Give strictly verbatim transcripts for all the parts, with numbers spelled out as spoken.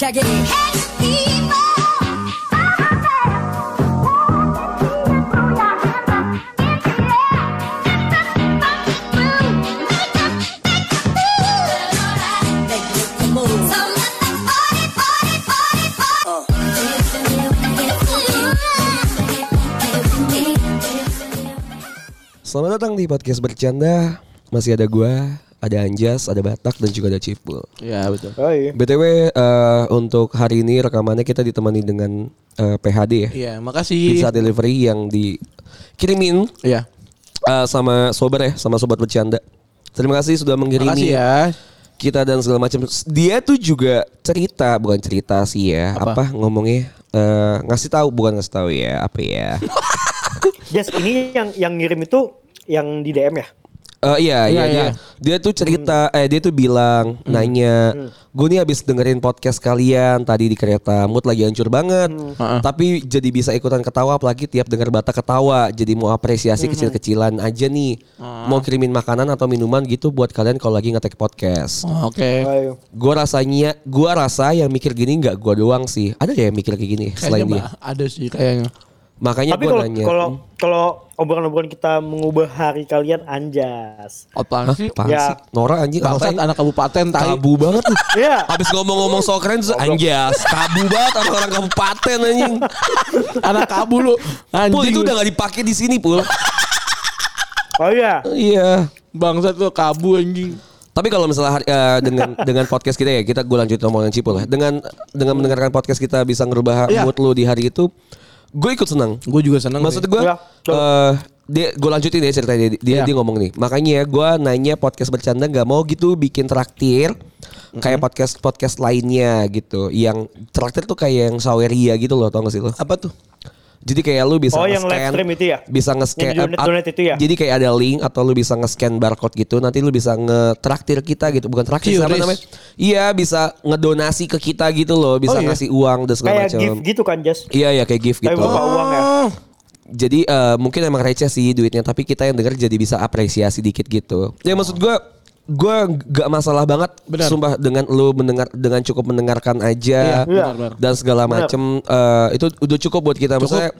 힘차게 Selamat datang di podcast bercanda. Masih ada gua, ada Anjas, ada Batak dan juga ada Cipul. Ya betul. Oh, iya. B T W uh, untuk hari ini rekamannya kita ditemani dengan uh, P H D ya. Iya, makasih. Pizza delivery yang dikirimin Iya. uh, sama sober ya, sama sobat bercanda. Terima kasih sudah mengirimi Makasih ya. kita dan segala macam. Dia tuh juga cerita, bukan cerita sih ya. Apa? Apa, ngomongnya uh, ngasih tahu, bukan ngasih tahu ya, apa ya? Jess, ini yang yang ngirim itu yang di D M ya? Uh, iya, iya, Iya, iya. iya. Dia tuh cerita, eh dia tuh bilang, Hmm. nanya, gue nih abis dengerin podcast kalian tadi di kereta, mood lagi hancur banget, Uh-uh. tapi jadi bisa ikutan ketawa, apalagi tiap denger Batak ketawa, jadi mau apresiasi kecil-kecilan aja nih, mau kirimin makanan atau minuman gitu buat kalian kalau lagi ngetek podcast. Oh, Oke. Ayo. Gue rasanya, gue rasa yang mikir gini nggak gue doang sih, ada ya yang mikir kayak gini selain Kayaknya dia. Mbak, ada sih kayaknya. Makanya Tapi gue kalau nanya, kalau hmm, kalau obrolan-obrolan kita mengubah hari kalian anjas. Apaan sih? apaan Ya. sih? Nora anjing, Bangsat ngapain? anak kabupaten tai. Kabu banget tuh. Iya. Habis ngomong-ngomong so keren terus anjas, kabu banget orang-orang kabupaten anjing. Anak kabu lu. Anjing. Pul itu udah gak dipakai di sini, Pul. Oh iya. Iya. Bangsat tuh kabu anjing. Tapi kalau misalnya hari- eh, dengan dengan podcast kita ya, kita gue lanjut ngomongin Cipul ya. Dengan dengan mendengarkan podcast kita bisa ngerubah Iya. mood lu di hari itu, gue ikut senang. Gue juga seneng. Maksud nih. gue, Iya, betul. eh dia gue lanjutin ya ceritanya dia, dia, Iya. dia ngomong nih. Makanya gue nanya podcast bercanda nggak mau gitu bikin traktir kayak podcast podcast lainnya gitu. Yang traktir tuh kayak yang Saweria gitu loh, tau gak sih lo? Apa tuh? Jadi kayak lu bisa Oh, yang live nge-scan, stream itu ya? bisa nge-scan, Yang di donate itu ya? Jadi kayak ada link atau lu bisa nge-scan barcode gitu, nanti lu bisa nge-traktir kita gitu, bukan traktir apa Curious. namanya? Iya, bisa ngedonasi ke kita gitu loh, bisa Oh, iya? ngasih uang dan segala Kayak macam. gift gitu kan, Jess? Iya, iya kayak gift Kayak gitu. berupa uang ya. Oh. Jadi eh, mungkin emang receh sih duitnya, tapi kita yang denger jadi bisa apresiasi dikit gitu. Ya maksud gue, gue gak masalah banget, Benar. sumpah dengan lu mendengar dengan cukup mendengarkan aja Iya, benar, dan segala Benar. macem eh, itu udah cukup buat kita. Maksudnya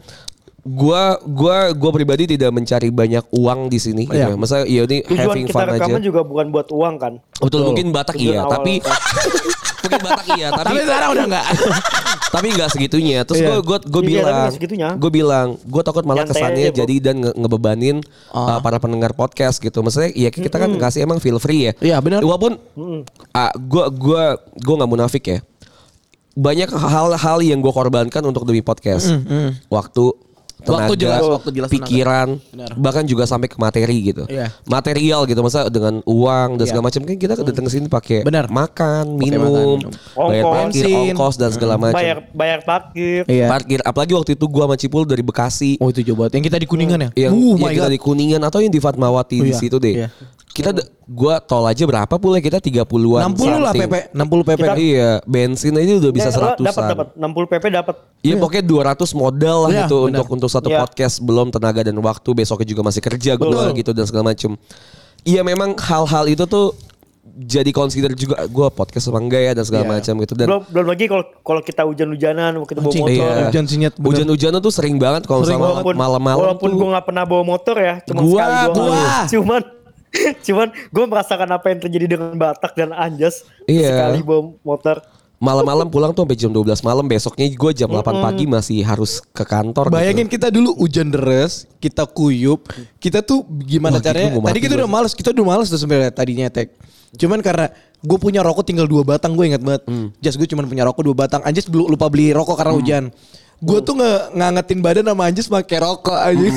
gua gua gua pribadi tidak mencari banyak uang di sini gitu. Iya. Maksudnya ya ini Tujuan having kita fun aja. rekaman juga bukan buat uang kan? Betul, mungkin Batak Tujuan iya, awal tapi kita. mungkin Batak iya, tapi Tapi sekarang udah enggak. tapi nggak segitunya. Terus Iya. gue gue gue Iya, tapi bilang, nggak segitunya. gue bilang, gue takut malah Nyantai kesannya aja, Bu. jadi dan nge- ngebebanin uh, para pendengar podcast gitu. Maksudnya ya kita kan ngasih emang feel free ya. Iya, benar. Walaupun ah, gue gue gue nggak munafik ya. Banyak hal-hal yang gue korbankan untuk demi podcast. Waktu, tenaga, Waktu jelas, waktu jelas pikiran, Benar. bahkan juga sampai ke materi gitu. Iya. Material gitu, masa dengan uang dan Iya. segala macam kan kita datang ke sini pakai Benar. makan, Pakai minum, makan, minum. bayar Ongkos. parkir, Bensin. ongkos dan segala macam. Bayar bayar parkir. Iya. Parkir, apalagi waktu itu gua sama Cipul dari Bekasi, Oh itu coba. Yang kita di Kuningan ya? yang, Uh, yang my kita God. di Kuningan atau yang di Fatmawati Oh, di iya. situ deh. Iya. Kita de- gua tol aja berapa pula kita tiga puluhan enam puluh lah P P. enam puluh P P. Kita- Iya, bensin aja udah bisa Ya, lo seratusan. Dapat dapat enam puluh P P dapat. Iya, pokoknya dua ratus modal lah Iya, gitu benar. untuk untuk satu Iya. podcast, belum tenaga dan waktu, besoknya juga masih kerja gua Betul. gitu dan segala macem. Iya, memang hal-hal itu tuh jadi consider juga gua podcast apa enggak ya dan segala Iya. macam gitu. Dan Belum belum lagi kalau kalau kita hujan-hujanan, waktu kita bawa Anjing, motor. iya. Hujan sinyet, bener. Hujan-hujanan tuh sering banget kalau Sering misalnya Walaupun malam-malam walaupun tuh. gue nggak pernah bawa motor ya, cuma Gua, sekali doang. gua. Cuman cuman gue merasakan apa yang terjadi dengan Batak dan Anjas Iya. sekali bawa motor. Malam-malam pulang tuh sampai jam dua belas malam, besoknya gue jam delapan pagi masih harus ke kantor. Bayangin gitu. kita dulu hujan deras, kita kuyup, kita tuh gimana Wah, caranya? gitu, mau Tadi mati kita gua. udah males, kita udah males tuh sebenarnya tadinya tek. Cuman karena gue punya rokok tinggal dua batang, gue ingat banget. Hmm. Jas gue cuman punya rokok dua batang. Anjas belum lupa beli rokok karena hujan. Gue tuh nge ngangetin badan sama Anjas pakai rokok aja. Hmm.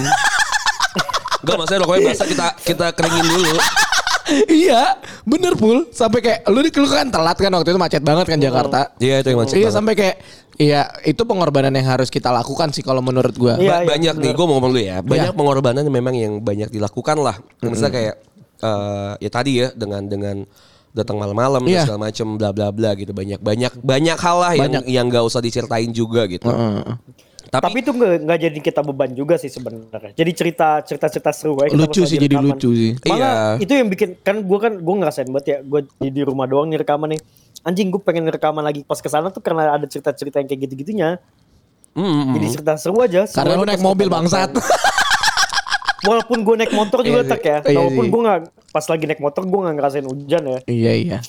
Enggak, maksudnya rokoknya basah kita kita keringin dulu. Iya, bener Pul. Sampai kayak lu di lu kan telat kan waktu itu macet banget kan Jakarta. Iya, itu yang macet Iya banget. sampai kayak iya itu pengorbanan yang harus kita lakukan sih kalau menurut gua. Iya. Ba- banyak nih, gue mau ngomong dulu ya. Banyak Iya. pengorbanan yang memang yang banyak dilakukan lah. Misalnya kayak eh, ya tadi ya dengan dengan datang malam-malam dan Iya. segala macam bla bla bla gitu, banyak banyak banyak hal lah yang Banyak. yang nggak usah diceritain juga gitu. Heeh. Tapi, Tapi itu nggak nggak jadi kita beban juga sih sebenarnya. Jadi cerita cerita cerita seru aja. kita Lucu pas sih, lagi jadi rekaman. lucu sih. Malah Iya. itu yang bikin kan gue kan gue ngerasain banget ya. Gue di, di rumah doang nih rekaman nih. anjing gue pengen rekaman lagi pas kesana tuh karena ada cerita-cerita yang kayak gitu-gitunya. Mm-hmm. Jadi cerita seru aja. Seru Karena aja lu naik pas mobil kita bangsat. nonton. Walaupun gue naik motor juga Iya, tak ya. iya, Walaupun iya. gue nggak pas lagi naik motor gue nggak ngerasain hujan ya. Iya iya.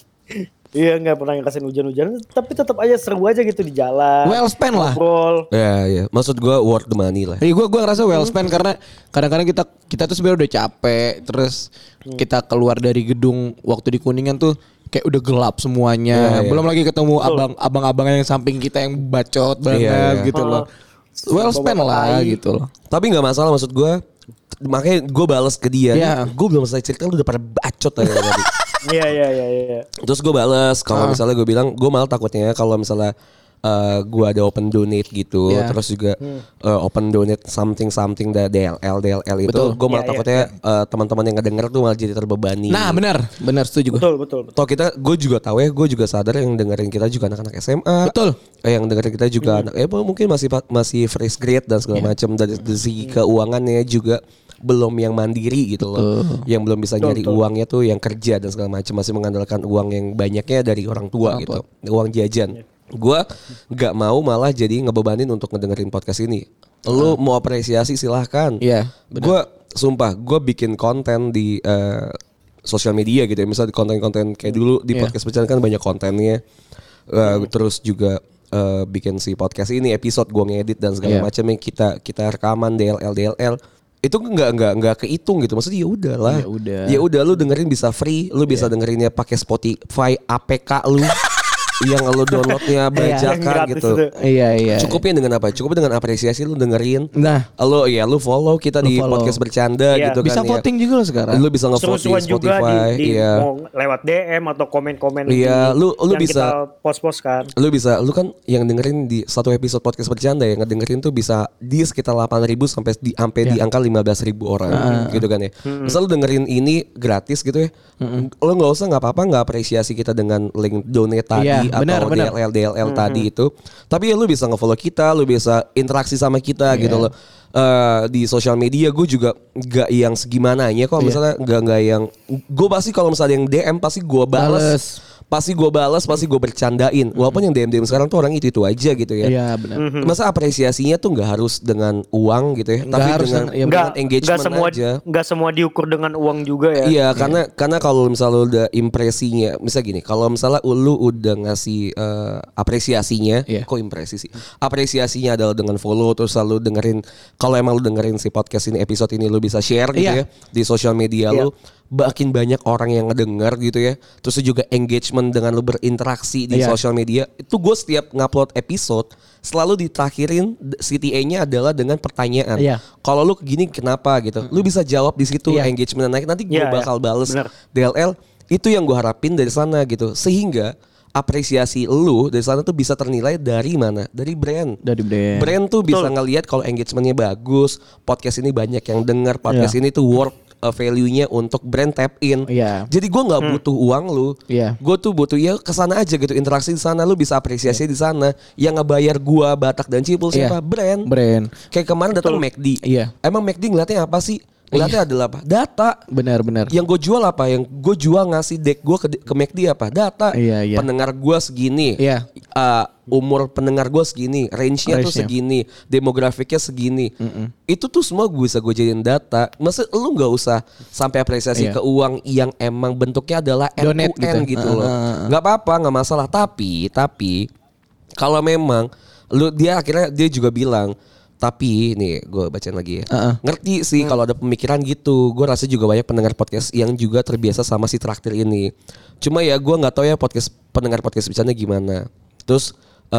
Iya nggak pernah ngerasain hujan-hujan. Tapi tetap aja seru aja gitu di jalan. Well spent lah. Ngobrol. Ya, ya. Maksud gue worth the money lah. Iya gue gue ngerasa well spent karena kadang-kadang kita kita tuh sebenarnya udah capek terus kita keluar dari gedung waktu di Kuningan tuh kayak udah gelap semuanya. Iya, iya. Belum lagi ketemu abang abang-abang yang samping kita yang bacot banget Iya, iya. gitu loh. Oh. Well spent lah Tai. gitu loh. Tapi nggak masalah maksud gue. Makanya gue balas ke dia. Iya. Gue belum selesai cerita lu udah pada bacot aja tadi. Iya iya iya iya. Terus gue balas kalau Ah. misalnya gue bilang gue malah takutnya kalau misalnya uh, gue ada open donate gitu, Iya. terus juga uh, open donate something something dari D L L D L L itu, Betul. gue malah Iya, iya, takutnya uh, teman-teman yang ngedenger tuh malah jadi terbebani. Nah benar benar setuju gue. Betul betul betul. Toh kita, gue juga tahu ya, gue juga sadar yang dengerin kita juga anak-anak S M A. Betul. Eh, yang dengerin kita juga anak, eh mungkin masih masih fresh grade dan segala macam dari dari segi keuangannya juga belum yang mandiri gitu loh, yang belum bisa nyari betul. uangnya tuh yang kerja dan segala macam, masih mengandalkan uang yang banyaknya dari orang tua Orang gitu, uang jajan. Gua nggak mau malah jadi ngebebanin untuk ngedengerin podcast ini. Lu mau apresiasi silahkan. Iya, benar. Gue sumpah, gue bikin konten di eh, sosial media gitu ya, misalnya di konten-konten kayak dulu di Iya. podcast bercanda kan banyak kontennya. Eh, terus juga eh, bikin si podcast ini episode gue ngedit dan segala Iya. macamnya, kita kita rekaman D L L D L L itu nggak nggak nggak kehitung gitu, maksudnya ya udahlah, Ya udah. ya udah lu dengerin bisa free, lu bisa dengerinnya pakai Spotify A P K lu yang lu downloadnya bajakan Yang gratis gitu. itu. Iya iya. Cukupnya dengan apa? Cukupnya dengan apresiasi lu dengerin. Nah. Lo ya lu follow kita Lu di follow. podcast bercanda Iya. gitu Bisa kan voting ya. juga loh sekarang. Lu bisa nge-vote di Seru-seruan juga di, Spotify, di iya. mau lewat D M atau komen-komen Iya, di- lu- lu yang bisa- kita post-post kan. Lu bisa, lu kan yang dengerin di satu episode podcast bercanda ya, ngedengerin tuh bisa di sekitar delapan ribu sampai di sampai di angka lima belas ribu orang gitu kan ya. Misal lu dengerin ini gratis gitu ya. Lu nggak usah nggak apa-apa nggak apresiasi kita dengan link donate tadi Iya, atau benar, benar. D L L D L L tadi itu. Tapi ya lu bisa nge-follow kita, lu bisa interaksi sama kita gitu loh. Eh, di sosial media gue juga nggak yang segimananya kok, misalnya nggak nggak yang gue pasti kalau misalnya yang D M pasti gue Bales. balas, pasti gue balas, pasti gue bercandain. Walaupun yang D M D M sekarang tuh orang itu itu aja gitu ya. Iya benar. Masa apresiasinya tuh nggak harus dengan uang gitu ya, Nggak tapi harus dengan, dengan- ya, dengan Enggak, engagement enggak semua aja. enggak semua diukur dengan uang juga ya. Iya, karena karena kalau misalnya udah impresinya, misal gini, kalau misalnya lu udah ngasih eh, apresiasinya, Iya. kok impresi sih? Apresiasinya adalah dengan follow, terus selalu dengerin. Kalau emang lu dengerin si podcast ini, episode ini, lu bisa share gitu Iya. ya di sosial media Iya. lu. Makin banyak orang yang ngedenger gitu ya. Terus juga engagement dengan lu berinteraksi di Iya. sosial media. Itu gue setiap ngupload episode selalu ditakhirin C T A-nya adalah dengan pertanyaan. Iya. Kalau lu gini kenapa gitu? Lu bisa jawab di situ, Iya. engagement naik. Nanti gue Iya, iya. bakal bales Bener. D L L. Itu yang gue harapin dari sana gitu. Sehingga apresiasi lu dari sana tuh bisa ternilai dari mana? Dari brand. Dari brand. Brand tuh bisa Betul. ngelihat kalau engagementnya bagus, podcast ini banyak yang denger, podcast Iya. ini tuh worth uh, value-nya untuk brand tap in. Iya. Jadi gue nggak butuh uang lu. Iya. Gue tuh butuh ya kesana aja gitu, interaksi di sana, lu bisa apresiasi di sana. Yang ngebayar gua Batak dan Cipul siapa? Iya. Brand. Brand. Kayak kemarin datang McD. Iya. Emang McD ngeliatnya apa sih? Ngeliatnya adalah apa? Data. Benar-benar. Yang gue jual apa? Yang gue jual ngasih deck gue ke, ke McD apa? Data. Iya, iya. Pendengar gue segini. Iya. Uh, umur pendengar gue segini. Range-nya tuh Range-nya. segini. Demografiknya segini. Itu tuh semua gue bisa gue jadiin data. Masa lu gak usah sampai apresiasi Iya. ke uang yang emang bentuknya adalah N Donate U N gitu. gitu, Uh, loh. uh, uh. Gak apa-apa, gak masalah. Tapi, tapi kalau memang lu dia akhirnya dia juga bilang, tapi nih gue bacain lagi ya. Uh-uh. Ngerti sih kalau ada pemikiran gitu. Gue rasa juga banyak pendengar podcast yang juga terbiasa sama si traktir ini. Cuma ya gue nggak tahu ya podcast pendengar podcast bercanda gimana. Terus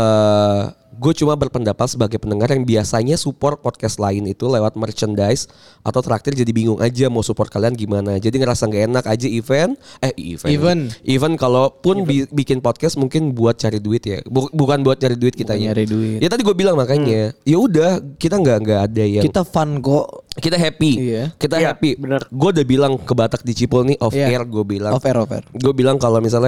eh gue cuma berpendapat sebagai pendengar yang biasanya support podcast lain itu lewat merchandise atau traktir, jadi bingung aja mau support kalian gimana. Jadi ngerasa nggak enak aja event, eh event, Even. even kalaupun bi- bikin podcast mungkin buat cari duit ya, Bu- bukan buat cari duit kitanya. nyari duit. Ya tadi gue bilang makanya, ya udah kita nggak nggak ada yang Kita fun kok. kita happy, Iya. kita Iya, happy. bener. Gue udah bilang ke Batak di Cipul nih off Iya. air, gue bilang, Off air, off air. gue bilang kalau misalnya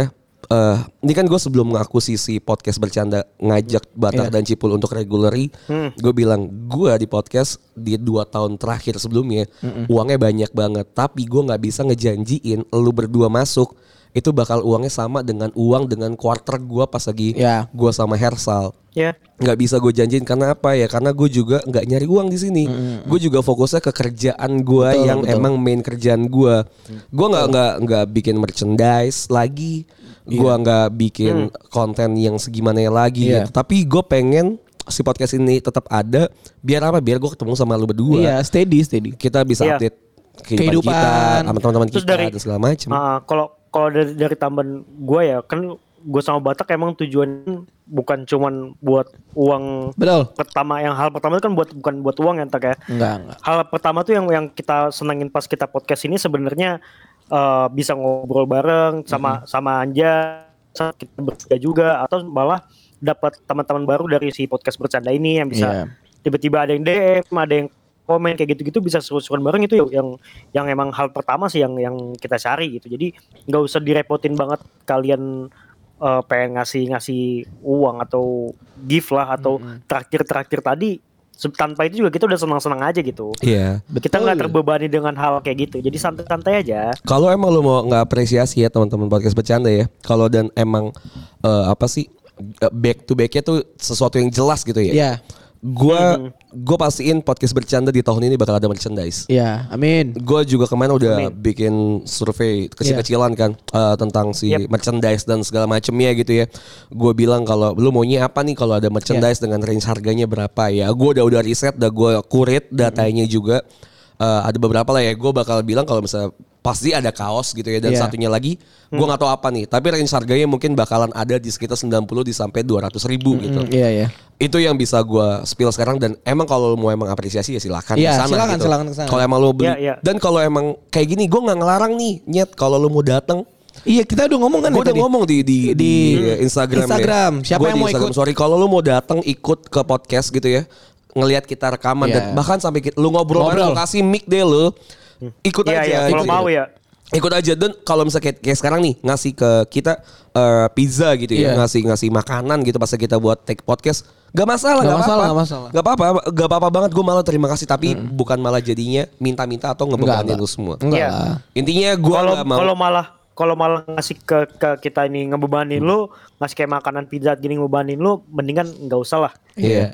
eh ini kan gue sebelum ngakuisisi podcast bercanda ngajak Batak Iya. dan Cipul untuk regularly, gue bilang gue di podcast di dua tahun terakhir sebelumnya uangnya banyak banget, tapi gue nggak bisa ngejanjiin lu berdua masuk itu bakal uangnya sama dengan uang dengan quarter gue pas lagi Ya. gue sama Hersal. Ya. Nggak bisa gue janjiin karena apa ya? Karena gue juga nggak nyari uang di sini. Gue juga fokusnya ke kerjaan gue Betul, yang betul. emang main kerjaan gue. Gue nggak nggak nggak bikin merchandise lagi. Gue nggak bikin konten yang segimana lagi. Iya. Gitu. Tapi gue pengen si podcast ini tetap ada. Biar apa? Biar gue ketemu sama lu berdua. Iya, steady, steady. Kita bisa Iya. update kehidupan, Kehidupan. kita sama teman-teman Terus kita dari- dan segala macam. Ah, kalau kalau dari dari tambahan gue ya kan gue sama Batak emang tujuan bukan cuman buat uang Betul. pertama. Yang hal pertama itu kan buat bukan buat uang ya Tak ya. Enggak, enggak. Hal pertama tuh yang yang kita senengin pas kita podcast ini sebenarnya eh, bisa ngobrol bareng sama sama Anja, sama kita bertiga juga, atau malah dapat teman-teman baru dari si podcast bercanda ini yang bisa Iya. tiba-tiba ada yang D M, ada yang komen kayak gitu-gitu, bisa seru-seruan bareng. Itu yang yang emang hal pertama sih yang yang kita cari gitu. Jadi nggak usah direpotin banget kalian eh, pengen ngasih ngasih uang atau gift lah atau traktir-traktir tadi. Se- Tanpa itu juga kita udah senang-senang aja gitu. Iya. Kita nggak terbebani dengan hal kayak gitu. Jadi santai-santai aja. Kalau emang lu mau nggak apresiasi ya teman-teman podcast bercanda ya. Kalau dan emang eh, apa sih eh, back to backnya tuh sesuatu yang jelas gitu ya. Iya. Gua Hmm. gue pastiin podcast bercanda di tahun ini bakal ada merchandise. Iya, amin. Gue juga kemarin udah Amin. bikin survei kecil-kecilan kan eh, tentang si Yep. merchandise dan segala macemnya gitu ya. Gue bilang kalau lu maunya apa nih kalau ada merchandise dengan range harganya berapa ya. Gue udah udah riset, udah gue kurit datanya juga. Eh, ada beberapa lah ya. Gue bakal bilang kalau misalnya pasti ada kaos gitu ya dan Iya. satunya lagi gue nggak tahu apa nih. Tapi range harganya mungkin bakalan ada di sekitar sembilan puluh di sampai dua ratus ribu gitu. Mm, iya, iya. Itu yang bisa gue spill sekarang dan emang kalau lu mau emang apresiasi ya silakan Iya, kesana silakan, gitu. silakan kesana. Kalau emang lu beli Iya, iya. dan kalau emang kayak gini gue nggak ngelarang nih nyet kalau lu mau datang. Iya, kita udah ngomong kan Gue ya udah tadi? ngomong di di, di, Di Instagram. Instagram. Ya. Siapa Gua yang di mau Instagram, ikut? Sorry kalau lu mau datang ikut ke podcast gitu ya, ngelihat kita rekaman Iya. dan bahkan sampai kita, lu ngobrol, Ngobrol. lu kasih mic deh lu, ikut Iya, aja. iya, kalau ikut, mau ya. Ikut aja dan kalau misalnya kayak, kayak sekarang nih ngasih ke kita eh, pizza gitu ya, Iya. ngasih ngasih makanan gitu pas kita buat take podcast, gak masalah, Gak gak, masalah, apa-apa, gak masalah. gak apa-apa, gak apa-apa banget. Gue malah terima kasih tapi bukan malah jadinya minta-minta atau ngebebanin enggak. lu semua. Enggak Iya. lah. Intinya gue Kalau gak mau. kalau malah kalau malah ngasih ke, ke kita ini ngebebanin lu, ngasih kayak makanan pizza gini ngebebanin lu, mendingan nggak usah lah. Iya.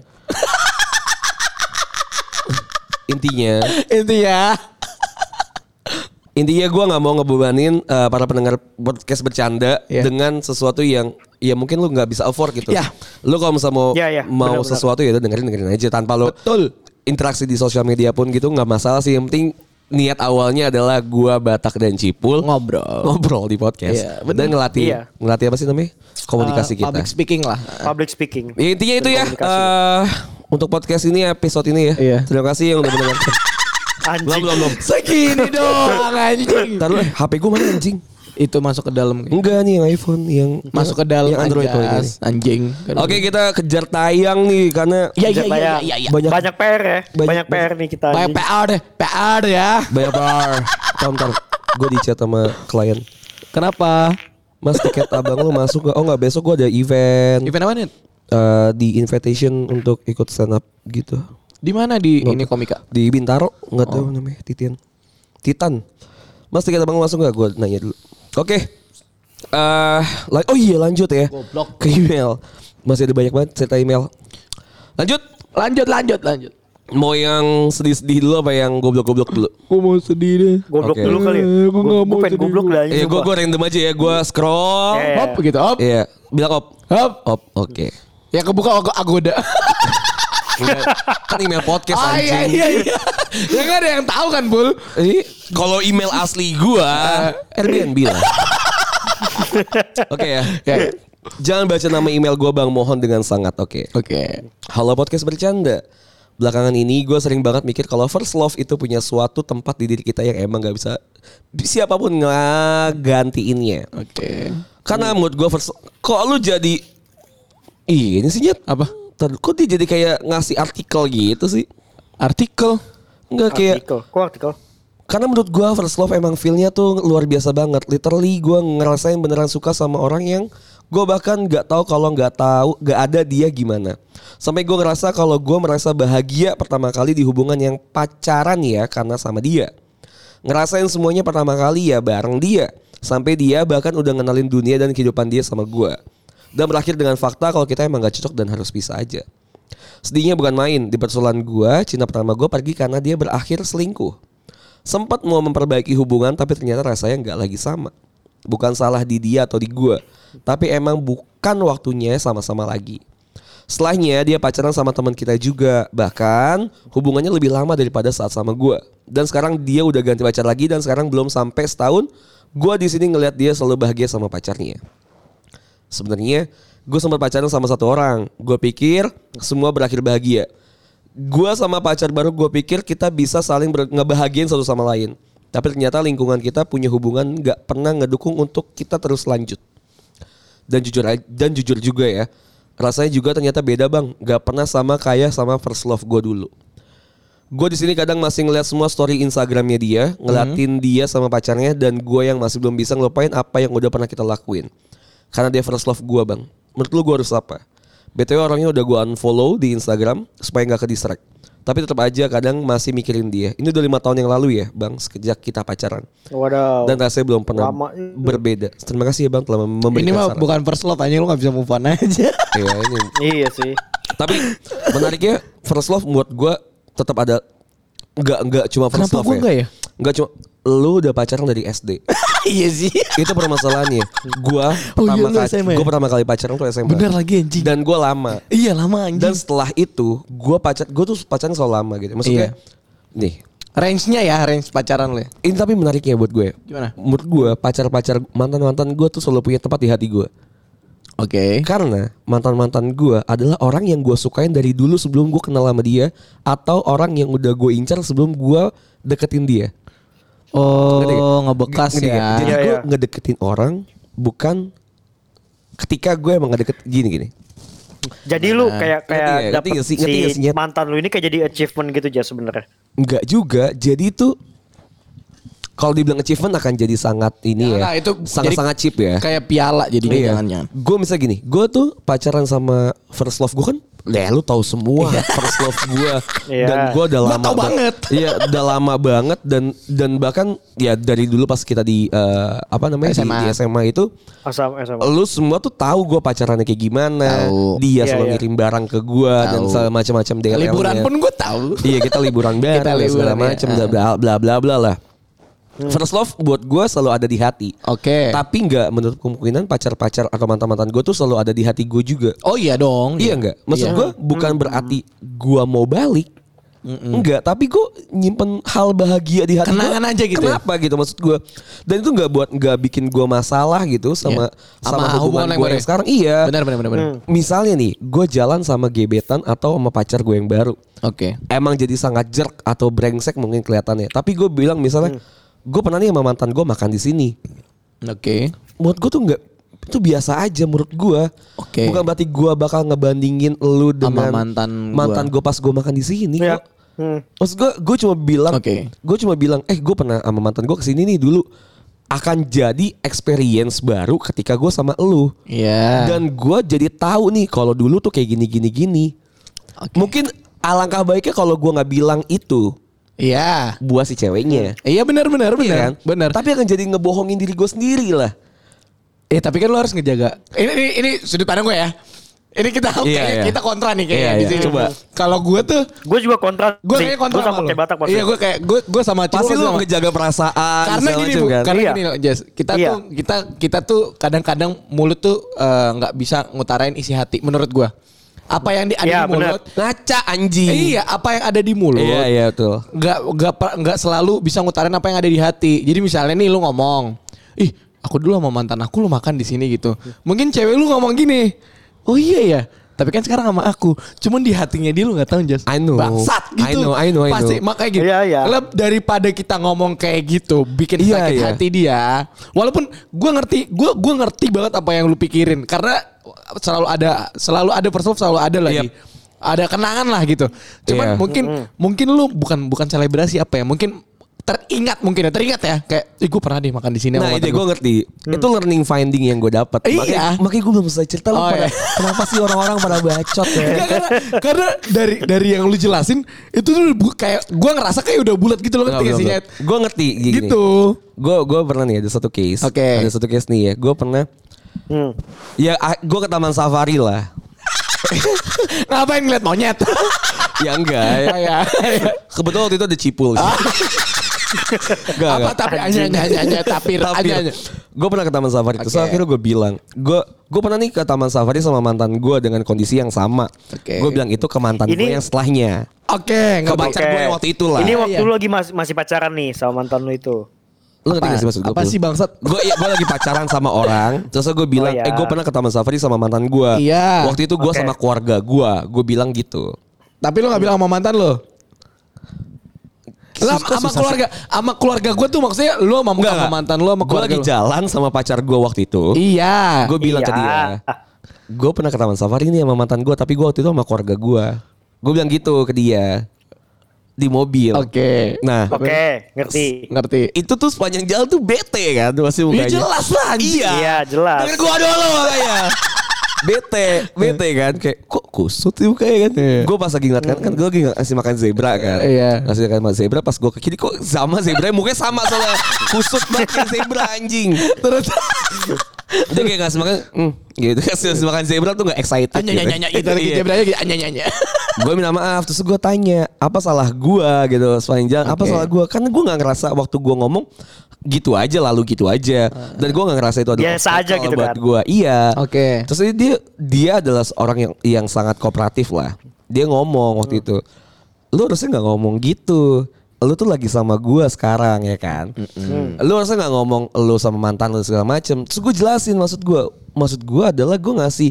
Intinya Intinya. Intinya gue nggak mau ngebebanin eh, para pendengar podcast bercanda Iya. dengan sesuatu yang ya mungkin lu nggak bisa afford gitu. Iya. Lu kalau misalnya mau Iya, iya. mau Benar, benar. sesuatu ya udah dengerin dengerin aja tanpa lu Betul. interaksi di sosial media pun gitu nggak masalah sih. Yang penting niat awalnya adalah gua Batak dan Cipul Ngobrol. ngobrol di podcast Iya, benar. dan ngelatih Iya. ngelatih apa sih namanya komunikasi Uh, kita. Public speaking lah. Public speaking. Ya, intinya itu ya Berkomunikasi. eh, untuk podcast ini episode ini ya. Iya. Terima kasih yang udah mendengarkan. Anjing. belum belum belum. Segini doang anjing. Ntar lu H P gue mana anjing? Itu masuk ke dalam. Enggak nih yang iPhone yang Masuk ke dalam yang Android kalau ini. anjas, anjing. Oke kita kejar tayang nih karena Iya iya iya Banyak, iya iya. banyak- banyak P R ya. banyak- Banyak, P R nih kita. Banyak anjing. P R deh, P R ya. banyak bar. Tonton, gue di chat sama klien. Kenapa? Mas tiket abang lu masuk gak? Oh nggak besok gue ada event. Event apa nih? Eh, di invitation untuk ikut stand up gitu. Di mana di ini komika? Di Bintaro nggak tahu namanya Titian. Titan. Mas tiket abang lu masuk gak? Gue nanya dulu. Oke. Eh, la- oh iya lanjut ya. Goblok. Ke email. Masih ada banyak banget cerita email. Lanjut. Lanjut lanjut lanjut. Mau yang sedih-sedih dulu apa yang goblok-goblok dulu? Gue mau sedih deh. Goblok Oke. dulu kali ya. Eh, gua Gue nggak mau pengen sedih goblok dulu. dah. Iya, gue gue random aja ya. Gue scroll. Iya. Hop gitu hop. Iya, bilang op. Hop. Op, oke. Ya kebuka ag- agoda. Enggak, kan email podcast Ah iya anjing. iya iya. Ya nggak ada yang tahu kan Bul. Eh, kalau email asli gua Airbnb lah. Oke ya. Ya. Jangan baca nama email gua Bang, mohon dengan sangat. Oke. Oke. Halo podcast bercanda. Belakangan ini gue sering banget mikir kalau first love itu punya suatu tempat di diri kita yang emang gak bisa siapapun ngegantiinnya. Oke. Karena menurut gue first kok lu jadi Ih, ini sih Nyet. Apa? Ntar, kok dia jadi kayak ngasih artikel gitu sih? Artikel. Enggak kayak Artikel. Kok artikel? Karena menurut gue first love emang feel-nya tuh luar biasa banget. Literally gue ngerasain beneran suka sama orang yang gue bahkan nggak tahu kalau nggak tahu nggak ada dia gimana. Sampai gue ngerasa kalau gue merasa bahagia pertama kali di hubungan yang pacaran ya karena sama dia. Ngerasain semuanya pertama kali ya bareng dia. Sampai dia bahkan udah ngenalin dunia dan kehidupan dia sama gue. Dan berakhir dengan fakta kalau kita emang gak cocok dan harus pisah aja. Sedihnya bukan main. Di persoalan gue, cinta pertama gue pergi karena dia berakhir selingkuh. Sempat mau memperbaiki hubungan tapi ternyata rasanya gak lagi sama. Bukan salah di dia atau di gue, tapi emang bukan waktunya sama-sama lagi. Setelahnya dia pacaran sama teman kita juga. Bahkan hubungannya lebih lama daripada saat sama gue. Dan sekarang dia udah ganti pacar lagi. Dan sekarang belum sampai setahun gue di sini ngelihat dia selalu bahagia sama pacarnya. Sebenarnya gue sempat pacaran sama satu orang. Gue pikir semua berakhir bahagia. Gue sama pacar baru gue pikir kita bisa saling ber- ngebahagiain satu sama lain. Tapi ternyata lingkungan kita punya hubungan gak pernah ngedukung untuk kita terus lanjut. Dan jujur dan jujur juga ya, rasanya juga ternyata beda bang. Gak pernah sama kayak sama first love gue dulu. Gue di sini kadang masih ngeliat semua story Instagramnya dia, ngeliatin mm-hmm. dia sama pacarnya, dan gue yang masih belum bisa ngelupain apa yang udah pernah kita lakuin. Karena dia first love gue bang. Menurut lu gue harus apa? B T W orangnya udah gue unfollow di Instagram supaya gak ke distract. Tapi tetap aja kadang masih mikirin dia. Ini udah lima tahun yang lalu ya bang, sejak kita pacaran. Waduh. Dan rasanya belum pernah Lama. berbeda. Terima kasih ya bang telah memberikan Ini mah saran. bukan first love aja, lu gak bisa move on aja. Iya ini. Iya sih. Tapi menariknya first love buat gue tetap ada. Enggak enggak cuma first Kenapa love gue ya. enggak ya? Enggak cuma lu udah pacaran dari S D. Iya sih. Itu permasalahannya. Gua Oh, pertama iya, lu kali S M A ya? gua pertama kali pacaran tuh S M A. Bener lagi anjing. Dan gua lama. Iya lama anjing. Dan setelah itu gua pacar gua tuh pacaran selalu lama gitu. Maksudnya Iya. nih, range-nya ya, range pacaran lo ya. ini tapi menariknya buat gue. Gimana? Menurut gua pacar-pacar mantan-mantan gua tuh selalu punya tempat di hati gua. Oke. Karena mantan-mantan gue adalah orang yang gue sukain dari dulu sebelum gue kenal sama dia, atau orang yang udah gue incar sebelum gue deketin dia. Oh, Ngerti nggak? ngebekas Ngerti nggak? ya. Jadi Iya, gue iya. ngedeketin orang bukan ketika gue emang ngedeket gini-gini. Jadi lu kayak kayak ngerti nggak? dapet Ngerti nggak sih? Ngerti nggak sih, si Nyet? mantan lu ini kayak jadi achievement gitu aja sebenarnya. Enggak juga. Jadi itu kalau dibilang achievement akan jadi sangat ini ya. Nah, itu sangat-sangat cheap ya. Kayak piala jadi Iya. jangan-jangan. Gue misalnya gini, gue tuh pacaran sama first love gue kan, ya lu tahu semua first love gue. Iya. Dan gue udah Gua lama tahu ba- banget. Iya, udah lama banget dan dan bahkan ya dari dulu pas kita di eh, apa namanya S M A. di, di S M A itu, Asam asam. lu semua tuh tahu gue pacarannya kayak gimana. Tahu. Dia Iya, selalu iya. ngirim barang ke gue dan Tahu. segala macam-macam D L L-nya. Liburan pun gue tahu. Iya, kita liburan bareng Kita dan segala liburan, macam ya. bla bla bla bla lah. First love buat gue selalu ada di hati. Oke. Tapi nggak menurut kemungkinan pacar-pacar atau mantan-mantan gue tuh selalu ada di hati gue juga. Oh iya dong. Iya nggak? Maksud Iya. gue bukan berarti gue mau balik. Enggak, tapi gue nyimpen hal bahagia di hati. Kenangan gua. aja gitu ya? Kenapa gitu maksud gue? Dan itu nggak buat nggak bikin gue masalah gitu sama Iya. sama, Sama hubungan hubungan gue yang baru yang ya? sekarang. Iya. Benar benar benar. benar. Misalnya nih, gue jalan sama gebetan atau sama pacar gue yang baru. Oke. Emang jadi sangat jerk atau brengsek mungkin kelihatannya. Tapi gue bilang misalnya, gue pernah nih sama mantan gue makan di sini. Oke. Menurut gue tuh nggak, itu biasa aja menurut gue. Oke. Bukan berarti gue bakal ngebandingin lu dengan mantan gua. mantan gue pas gue makan di sini. Iya. kok. Hmm. Maksud gue, gue cuma bilang, Oke. gue cuma bilang, eh gue pernah sama mantan gue kesini nih dulu. Akan jadi experience baru ketika gue sama lu. Iya. Dan gue jadi tahu nih kalau dulu tuh kayak gini gini gini. Oke. Mungkin alangkah baiknya kalau gue nggak bilang itu Iya. buat si ceweknya. Iya benar benar Iya benar. kan? Benar. Tapi akan jadi ngebohongin diri gue sendiri lah. Eh tapi kan lo harus ngejaga. Ini ini, ini sudut pandang gue ya. Ini kita Iya, kayaknya iya. kita kontra nih kayaknya Iya, di iya. sini. Coba. Kalau gue tuh Gue juga kontra. gue sih. kayak kontra Gua sama lo. kayak Batak pasti. Iya gue kayak gue gue sama Cimo Pasti lu sama- ngejaga perasaan karena segala gini macam Bu, kan. karena Iya. gini loh Jess, kita Iya. tuh kita kita tuh kadang-kadang mulut tuh eh, nggak bisa ngutarain isi hati menurut gua. Apa yang di, ada Iya, di mulut? Ngaca anjing. Iya, apa yang ada di mulut? Iya iya betul. Nggak nggak pra- nggak selalu bisa ngutarain apa yang ada di hati. Jadi misalnya nih lu ngomong, ih aku dulu sama mantan aku lu makan di sini gitu. Mungkin cewek lu ngomong gini, oh iya ya. Tapi kan sekarang sama aku, cuman di hatinya dia lu nggak tahu Jas. I know. Bangsat gitu. I know, I know, I know. Pasti makanya gitu. Iya, iya. Leb, daripada kita ngomong kayak gitu, bikin Iya, sakit iya. hati dia. Walaupun gue ngerti, gue gue ngerti banget apa yang lu pikirin karena selalu ada selalu ada persoalan selalu ada lagi. Yep. Ada kenangan lah gitu. Cuman Iya. mungkin mungkin lu bukan bukan selebrasi apa ya? Mungkin teringat mungkin ya, teringat ya. Kayak, ih gue pernah deh makan di sini. Nah itu gue ngerti. Hmm. Itu learning finding yang gue dapat. Iya. Makanya, makanya gue belum selesai cerita. Oh, pada, iya. Kenapa sih orang-orang pada bacot ya? Gak, karena, karena dari dari yang lu jelasin itu tuh bu, kayak gue ngerasa kayak udah bulat gitu loh, ngerti gak sih Nyet? Gue ngerti gini. Gitu. Gue gue pernah nih ada satu case. Oke. Okay. Ada satu case nih ya. Gue pernah. Hmm. Ya gue ke taman safari lah. Ngapain ngeliat monyet? Ya enggak ya. Ya, ya. Kebetulan waktu itu ada cipul. Gak, apa tapi hanya hanya hanya tapir aja. Gue pernah ke taman safari. Terus okay. akhirnya gue bilang, gue gue pernah nih ke taman safari sama mantan gue dengan kondisi yang sama. Okay. Gue bilang itu ke mantan gue yang setelahnya. Oke, okay, ke pacar okay. gue yang waktu itu lah. Ini waktu lu lagi masih masih pacaran nih sama mantan lu itu. Lu ngerti gak sih maksud gue? Apa sih bangsat? Gue ya, gue lagi pacaran sama orang. Terus gue bilang, oh, ya. eh gue pernah ke taman safari sama mantan gue. Iya. Waktu itu gue okay. sama keluarga gue. Gue bilang gitu. Tapi lu gak bilang sama mantan lu? Lah sama keluarga, sama keluarga gue tuh maksudnya lu sama, enggak, sama mantan lu sama keluarga. Gue lagi lu. jalan sama pacar gue waktu itu. Iya. Gue bilang iya. ke dia, gue pernah ke taman safari nih sama mantan gue, tapi gue waktu itu sama keluarga gue. Gue bilang gitu ke dia di mobil. Oke. Okay. Nah, oke, okay, ngerti. Ngerti. Itu tuh sepanjang jalan tuh bete kan, masih mukanya. Iya jelas lah. Iya, iya jelas. Dengan gue dulu makanya. Bete, bete kan, kayak kok kusut sih mukanya kan. Yeah. Gue pas lagi ngeliat kan, kan gue lagi ngasih makan zebra kan. Iya. Yeah. Ngasih makan zebra, pas gue ke kiri kok sama zebra, mukanya sama soalnya kusut banget kayak zebra anjing. Terus dia kayak ngasih makan, hmm, gitu ngasih makan zebra tuh nggak excited. Anya anya anya itu lagi zebranya gitu anya anya. Gue minta maaf, terus gue tanya apa salah gue gitu sepanjang okay. apa salah gue, karena gue nggak ngerasa waktu gue ngomong gitu aja lalu gitu aja, dan gue nggak ngerasa itu ada biasa aja gitu buat kan. gue. Iya. Oke. Okay. Terus dia dia adalah orang yang yang sangat kooperatif lah. Dia ngomong waktu hmm. itu, lu harusnya nggak ngomong gitu. Lu tuh lagi sama gue sekarang ya kan. Mm-hmm. Lu harusnya nggak ngomong lu sama mantan lu segala macem. Terus gue jelasin maksud gue, maksud gue adalah gue ngasih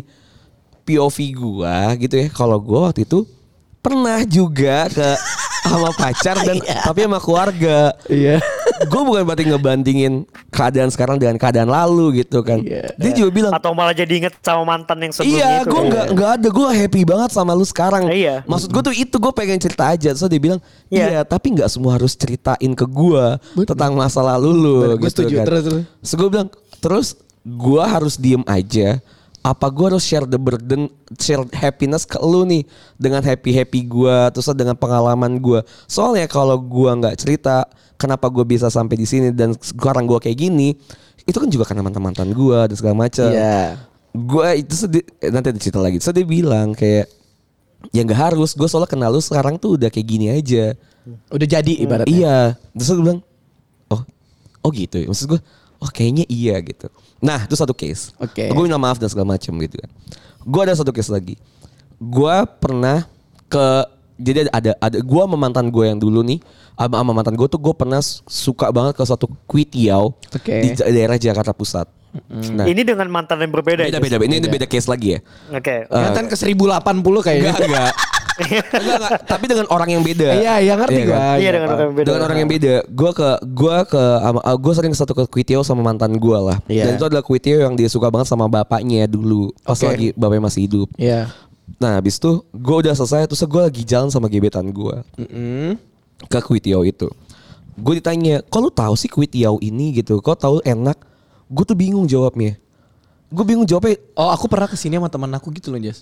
P O V gue gitu ya. Kalau gue waktu itu pernah juga ke sama pacar dan tapi sama keluarga. Iya. Gue bukan berarti ngebandingin keadaan sekarang dengan keadaan lalu gitu kan. Iya. Dia juga bilang atau malah jadi inget sama mantan yang sebelumnya. Iya, itu. gue nggak nggak ada. Gue happy banget sama lu sekarang. Iya. Maksud gue tuh itu gue pengen cerita aja. Terus dia bilang iya, iya tapi nggak semua harus ceritain ke gue tentang masa lalu lu. Gue gitu setuju. Kan. Terus terus. Terus gue bilang terus gue harus diem aja. Apa gue harus share the burden, share happiness ke lu nih dengan happy-happy gue, terus dengan pengalaman gue. Soalnya kalau gue nggak cerita kenapa gue bisa sampai di sini dan sekarang gue kayak gini, itu kan juga karena mantan-mantan gue dan segala macam. Iya. Yeah. Gue itu sedih, nanti ada cerita lagi. Terus dia bilang kayak ya nggak harus, gue soalnya kenal lu sekarang tuh udah kayak gini aja. Udah jadi ibaratnya. Iya. Terus gue bilang, oh, oh gitu ya. Maksud gue, oh kayaknya iya gitu. Nah itu satu case. Oke. Okay. Gue minta maaf dan segala macam gitu kan. Gue ada satu case lagi. Gue pernah ke jadi ada ada gue sama mantan gue yang dulu nih, sama, sama mantan gue tuh gue pernah suka banget ke suatu kuitiau okay. di daerah Jakarta Pusat. Mm. Nah, ini dengan mantan yang berbeda. Beda beda. Ini, ini beda case lagi ya. Oke. Okay. Uh, mantan ke seribu delapan puluh kayaknya. Enggak enggak. enggak, enggak, tapi dengan orang yang beda. Iya, iya ngerti iya, gue. Kan? Iya dengan orang yang beda. Dengan orang yang beda. Gue ke gue ke gue sering ke satu ke kuitiau sama mantan gue lah. Iya. Dan itu adalah kuitiau yang dia suka banget sama bapaknya dulu. Pas okay. lagi bapaknya masih hidup. Iya. Nah, habis itu gue udah selesai terus gue lagi jalan sama gebetan gue. Mm-hmm. Ke kuitiau itu. Gue ditanya, "Kok lu tahu sih kuitiau ini gitu? Kok tahu enak?" Gue tuh bingung jawabnya. Gue bingung jawabnya. Oh, aku pernah kesini sama teman aku gitu loh, Jas.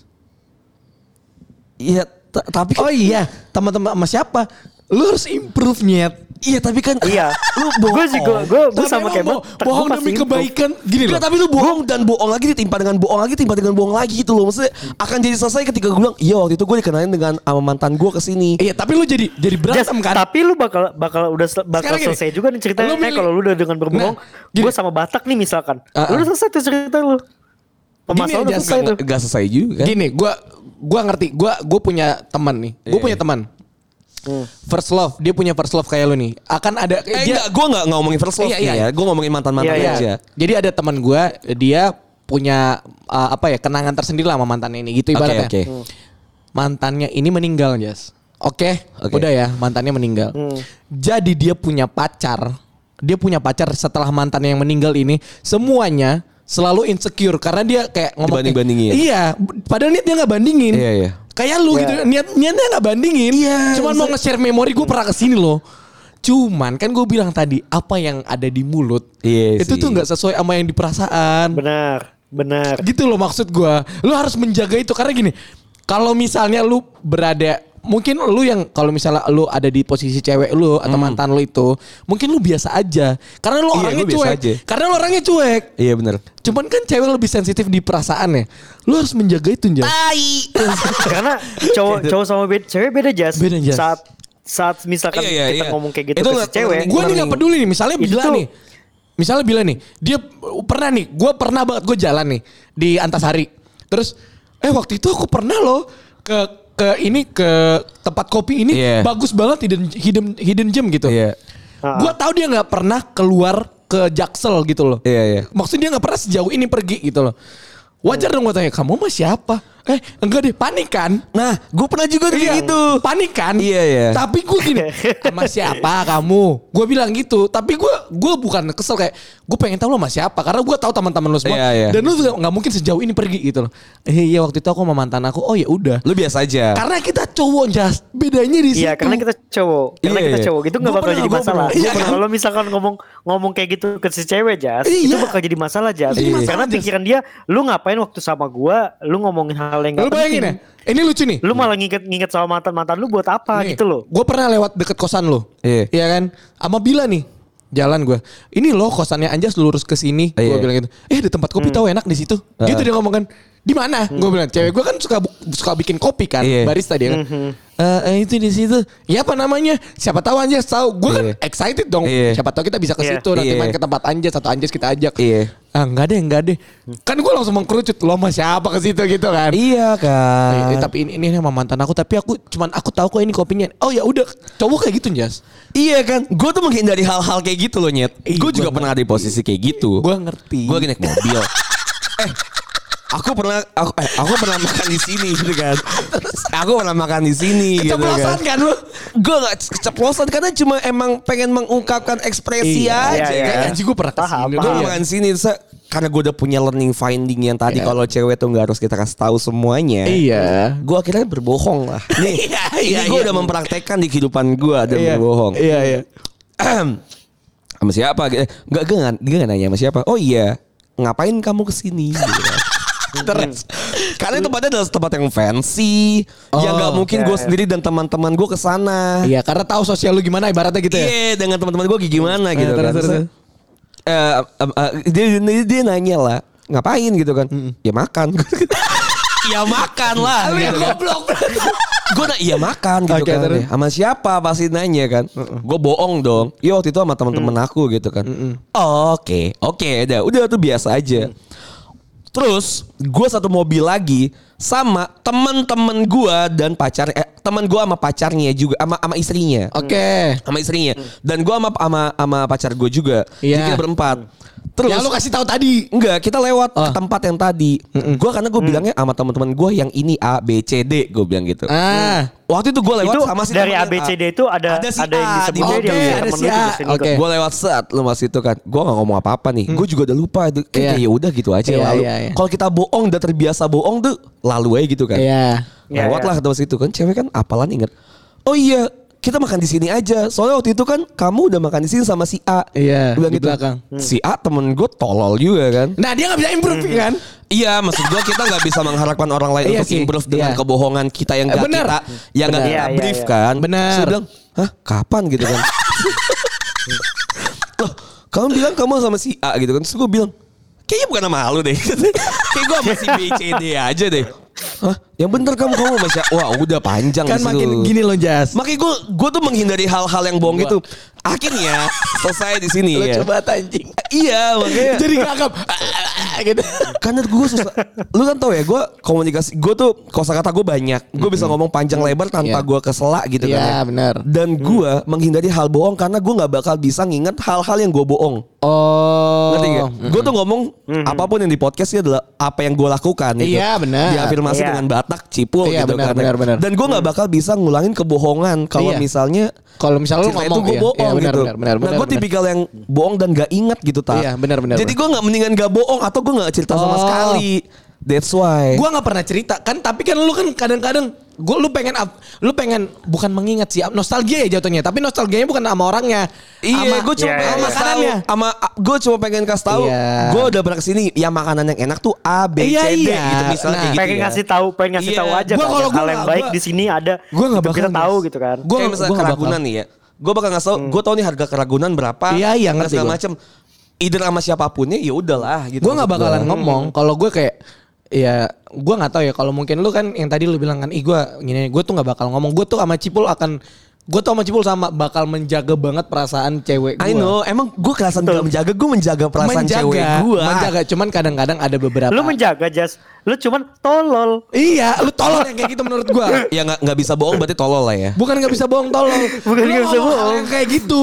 Iya. T- tapi kan, oh iya, teman-teman sama siapa? Lu harus improve Nyet. Iya tapi kan iya. Lu bohong. Gue juga gue gue sama kayak bo- bohong demi kebaikan gini loh. Tapi lu bohong dan bohong lagi ditimpa dengan bohong lagi timpa dengan bohong lagi gitu loh. Maksudnya akan jadi selesai ketika gue bilang iya waktu itu gue dikenalin dengan sama mantan gue kesini. Iya tapi lu jadi jadi berantem kan. Tapi lu bakal bakal udah bakal gini, selesai juga nih ceritanya kalau lu udah dengan berbohong. Nah, gue sama Batak nih misalkan. Uh-uh. Lu udah selesai tuh cerita lu. Pemasaran udah selesai tuh. Gak selesai juga. Gini, gue gue ngerti. Gue gue punya teman nih. Gue punya teman. Hmm. First love, dia punya first love kayak lu nih. Akan ada eh, dia, gue nggak ngomongin first love iya, iya. ya, gue ngomongin mantan-mantan iya, aja. Iya. Jadi ada teman gue, dia punya uh, apa ya kenangan tersendiri lah sama mantannya ini, gitu ibaratnya. Okay, okay. Hmm. Mantannya ini meninggal, Jas. Oke, okay, okay. Udah ya, mantannya meninggal. Hmm. Jadi dia punya pacar, dia punya pacar setelah mantannya yang meninggal ini, semuanya selalu insecure karena dia kayak ngomong banding-bandingin. Iya, padahal niat dia nggak bandingin. Iya, iya. Kayak lu yeah. gitu, niat niatnya nggak bandingin. Iya. Cuman mau nge-share memori gue pernah kesini loh. Cuman kan gue bilang tadi apa yang ada di mulut Iya itu sih. tuh nggak sesuai sama yang di perasaan. Benar, benar. Gitu loh maksud gue. Lu harus menjaga itu karena gini. Kalau misalnya lu berada mungkin lu yang kalau misalnya lu ada di posisi cewek lu atau Hmm. mantan lu itu, mungkin lu biasa aja. Karena lu Iya, orangnya gua biasa cuek. aja. Karena lu orangnya cuek. Iya benar. Cuman kan cewek lebih sensitif di perasaan ya. Lu harus menjaga itu, Jas. Karena cowok cowok sama beda, cewek beda Jas. Beda, Jas. Saat saat misalkan Iya, iya, kita iya. ngomong kayak gitu Itu ke nggak- si cewek, nggak- Gue nih gak peduli nih. Misalnya Itu bila tuh- nih. Misalnya bila nih. Dia pernah nih. Gue pernah banget gue jalan nih. Di Antasari. Terus. Eh waktu itu aku pernah loh. Ke ke ini. Ke tempat kopi ini. Iya. Bagus banget. Hidden, hidden, hidden gem gitu. Iya. Ah. Gue tahu dia gak pernah keluar ke Jaksel gitu loh. Iya, iya. Maksudnya dia gak pernah sejauh ini pergi gitu loh. Wajar dong gue tanya. Kamu mah siapa? Eh enggak deh. Panik kan? Nah, gue pernah juga kayak Iya, gitu. panik kan? Iya, iya. Tapi gue gini, sama siapa kamu? Gue bilang gitu. Tapi gue gue bukan kesel kayak gue pengen tahu lo sama siapa karena gue tahu teman-teman lo semua. Iya, iya. Dan lo juga nggak mungkin sejauh ini pergi gitu loh. Eh iya waktu itu aku sama mantan aku. Oh ya udah. Lu biasa aja. Karena kita cowok Jas. Bedanya di situ. Iya, karena kita cowok. Karena Iya, kita iya. cowok. Itu nggak Gua bakal pernah, jadi gua masalah. pernah. Iya, kan? Kalau misalkan ngomong ngomong kayak gitu ke si cewek Jas, Iya. itu bakal jadi masalah Jas. Jadi masalah, Karena Jas. pikiran dia, lu ngapain waktu sama gua, lu ngomongin hal yang Lo nggak bayangin ya. penting. Ini lucu nih. Lu malah nginget-nginget sama mantan-mantan lu buat apa gitu loh. Gue pernah lewat deket kosan lo. Iya. Iya kan? Sama Bila nih. Jalan gue. Ini loh kosannya Anjas lurus ke sini. Gue Iya. bilang gitu. Eh ada tempat kopi tahu enak di situ. Gitu dia ngomong kan. Di mana? Gue bilang. Cewek gue kan suka suka bikin kopi kan. Iya. Barista dia kan. Eh eh, itu di situ. Ya apa namanya? Siapa tahu Anjas tahu. Gue kan Iya. excited dong. Iya. Siapa tahu kita bisa ke Iya. situ nanti Iya. main ke tempat Anjas atau Anjas kita ajak. Iya. Ah enggak deh, enggak deh. Kan gue langsung mengkerucut. Lo sama siapa ke situ gitu kan. Iya kan. Eh, tapi ini, ini sama mantan aku tapi aku cuman aku tahu kok ini kopinya. Oh ya udah, cowok kayak gitu Jas. Iya kan. Gue tuh menghindari hal-hal kayak gitu loh Nyet. Ih, Gue juga gua pernah ada di posisi kayak gitu. Gue ngerti. Gue lagi naik mobil. eh, aku pernah aku eh, aku pernah makan di sini gitu kan. Aku pernah makan di sini gitu Keceplosan kan. kan lu? Gue gak keceplosan karena cuma emang pengen mengungkapkan ekspresi Iya, aja iya, kan. iya. Anjing gue pernah Paham, kesini. Gue paham. makan di sini terus, karena gue udah punya learning finding yang tadi Iya. kalau cewek tuh nggak harus kita kasih tahu semuanya. Iya. Gue akhirnya berbohong lah. Nih, Iya, ini iya, gue iya. udah mempraktekkan di kehidupan gue dan Iya. berbohong. Iya iya. Sama siapa? Eh, Enggak, gue nggak dia nggak nanya sama siapa. Oh iya, ngapain kamu kesini? Gitu kan. Terus, karena itu tempatnya adalah tempat yang fancy, Oh, yang nggak mungkin iya, gue iya. sendiri dan teman-teman gue kesana. Iya karena tahu sosial lu gimana ibaratnya gitu ya. Iya, dengan teman-teman gue gimana gitu terus, kan. terus, Terus, terus. eh, em, eh, dia, dia, dia nanya lah, ngapain gitu kan? Ya makan. ya makan lah. gitu kan. Gue nak iya makan gitu Oke, kan. terus. Ya. Sama siapa pasti nanya kan. Gue bohong dong. Iya waktu itu sama teman-teman aku gitu kan. Oke, oke, udah, udah tuh biasa aja. Terus gue satu mobil lagi sama teman-teman gue dan pacar eh teman gue sama pacarnya juga sama sama istrinya. Oke. Sama istrinya. Dan gue sama sama sama pacar gue juga. Jadi Iya. kita berempat. Terus Yang lu kasih tahu tadi. enggak, kita lewat Oh. ke tempat yang tadi. Gue karena gue bilangnya sama teman-teman gue yang ini A B C D, gue bilang gitu. Ah. Waktu itu gue lewat Itu sama si dari temen A B yang C D itu ada Ada si ada yang A disebut di dia mobil. yang Oke, ada temen si lu A. juga sini Oke. juga. Gue lewat set lu mas itu kan. Gue gak ngomong apa-apa nih. Gue juga udah lupa. Kayak Iya. ya udah gitu aja Iya, lalu. iya, iya. Kalau kita bohong udah terbiasa bohong tuh lalu aja gitu kan. Iya. Iya, Lewat iya. lah ketemu situ kan. Cewek kan apalan inget. Oh iya, kita makan di sini aja. Soalnya waktu itu kan kamu udah makan di sini sama si A. Iya, Gua bilang di belakang. Si A temen gue tolol juga kan. Nah dia nggak bisa improve kan? Iya, maksud gue kita nggak bisa mengharapkan orang lain Iya untuk sih, improve dengan iya. kebohongan kita yang Eh, gak bener. kita yang gak Bener. kita Iya, iya, brief iya. kan. Bener. Terus dia bilang, hah kapan gitu kan? Loh, kamu bilang kamu sama si A gitu kan? Terus gue bilang, kayaknya bukan sama lu deh. Kayak gue sama si B C D aja deh. Hah? Yang bener kamu kamu masih wah udah panjang Kan di situ. makin gini loh Jas. Makanya gue gue tuh menghindari hal-hal yang bohong gitu. Akhirnya selesai di sini Lo ya. coba anjing. Iya makanya. Jadi gagap. gitu. Karena gue susah. Lu kan tau ya gue komunikasi. Gue tuh kosakata gue banyak. Gue bisa ngomong panjang lebar tanpa Iya. gue kesela gitu kan. Iya ya. benar. Dan gue menghindari hal bohong karena gue nggak bakal bisa nginget hal-hal yang gue bohong. Oh. Ngerti gak? Gue tuh ngomong apapun yang di podcast ini adalah apa yang gue lakukan gitu. Iya, benar. Diafirmasi Iya. dengan Batak, Cipul Iya, gitu benar, kan. benar, benar. Dan gue nggak bakal bisa ngulangin kebohongan kalau Iya. misalnya Kalau misalnya lu cerita ngomong itu gue iya. bohong Iya, benar, gitu. benar, benar, nah benar, gue benar. tipikal yang bohong dan gak ingat gitu tak. Iya, benar, benar, Jadi benar. gue nggak mendingan gak bohong atau gue nggak cerita sama Oh. sekali. That's why. Gua nggak pernah cerita kan, tapi kan lu kan kadang-kadang Gue lu pengen up- lu pengen bukan mengingat sih nostalgia ya jatuhnya, tapi nostalgianya bukan sama orangnya. Iya, gue cuma Iya, pengen iya, kasih tahu makanannya. sama gue cuma pengen kasih tahu. Iya. Gue udah pernah kesini, ya makanan yang enak tuh A, B, Iya, C, D iya. gitu misalnya Nah, kayak gitu pengen ya. ngasih tahu, pengen ngasih Iya. tahu aja Gua kan. kalau gua Hal yang nggak- baik gua- di sini ada. gua nggak Itu bakal kita ngas- tahu gitu kan. Gua Kayak misalnya gua nggak keragunan nih ya. Gue bakal ngasih tau, gue tau nih harga keragunan berapa. Iya, iya, dan ngerti segala gua. macem. Either sama siapapunnya ya udahlah gitu. Gue nggak maksud bakalan gua. ngomong kalau gue kayak ya gue nggak tahu ya kalau mungkin lu kan yang tadi lu bilang kan ih gue gini gue tuh nggak bakal ngomong, gue tuh sama Cipul akan gue tuh sama Cipul sama bakal menjaga banget perasaan cewek gue. I know, emang gue kelasan gak menjaga, gue menjaga perasaan menjaga, cewek gue. menjaga cuman kadang-kadang ada beberapa Lu menjaga Jas, lu cuman tolol. iya lu tolol yang kayak gitu menurut gue. Ya nggak nggak bisa bohong berarti tolol lah ya. Bukan nggak bisa bohong tolol. Bukan Lu nggak bisa ngomong hal bohong. yang kayak gitu.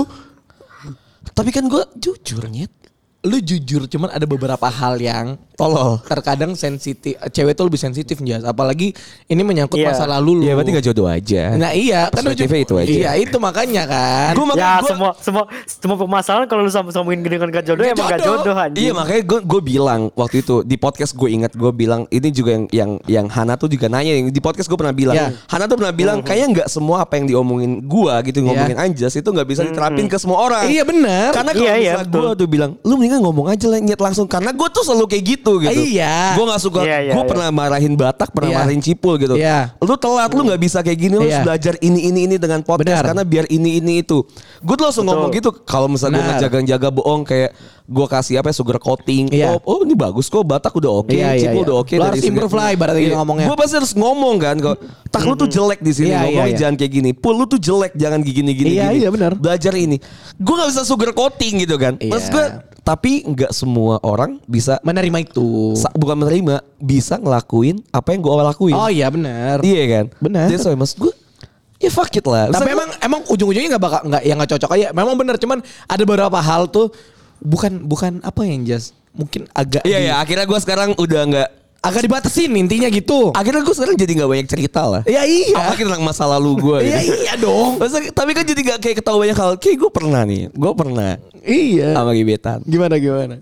Tapi kan gue jujur nyet. Lu jujur cuman ada beberapa hal yang Tolol. terkadang sensitif, cewek tuh lebih sensitif Jas, apalagi ini menyangkut Iya. masa lalu lu. Ya berarti gak jodoh aja. Nah iya kan Perspektifnya itu aja. Iya itu makanya kan. Gue Ya semua semua semua permasalahan kalau lu sama-samain dengan gak jodoh Gak emang gak jodoh. jodoh anjing. Iya makanya gue gue bilang waktu itu di podcast gue ingat gue bilang ini juga yang yang yang Hana tuh juga nanya di podcast gue pernah bilang Ya. Hana tuh pernah bilang kayaknya nggak semua apa yang diomongin gue gitu ngomongin Anjas itu nggak bisa diterapin ke semua orang. Iya benar. Karena kalau Iya, iya, misalnya gue tuh bilang lu mendingan ngomong aja lah nyet langsung karena gue tuh selalu kayak gitu gitu. Iya. Gue nggak suka. Iya, iya, gue iya. pernah marahin Batak, pernah Iya. marahin Cipul gitu. Iya. Lu telat, lu nggak bisa kayak gini. Lu harus Iya. belajar ini ini ini dengan podcast Benar. karena biar ini ini itu. Gue tuh langsung Betul. ngomong gitu. Kalau misalnya gue Benar. ngejaga-jaga bohong kayak gue kasih apa ya sugar coating. Iya. Oh, oh ini bagus kok Batak udah oke, Iya, iya, Cipul iya. udah oke. Lu dari harus sini. improve lah ibaratnya gitu ngomongnya. Gue pasti harus ngomong kan. Kalau tak lu tuh jelek di sini Iya, iya, ngomongnya iya. jangan kayak gini. Pul lu tuh jelek jangan gini gini Iya, gini. iya, benar. Belajar ini. Gue gak bisa sugar coating gitu kan. Iya. Maksud gue tapi nggak semua orang bisa Menerima itu. sa- bukan menerima bisa ngelakuin apa yang gue lakuin. Oh iya benar. Iya kan? Benar. Jadi soalnya maksud gue ya fuck it lah. Tapi Misalnya emang emang ujung-ujungnya nggak bakal nggak yang nggak cocok aja. Memang benar cuman ada beberapa hal tuh bukan bukan apa yang just mungkin agak Iya di- ya akhirnya gue sekarang udah nggak agak dibatasin intinya gitu. akhirnya gue sekarang jadi nggak banyak cerita lah. Ya iya. Apalagi tentang masa lalu gue. Iya iya dong. Masa, tapi kan jadi nggak kayak ketahui banyak hal. Kayak gue pernah nih, gue pernah Iya. sama gebetan. Gimana gimana?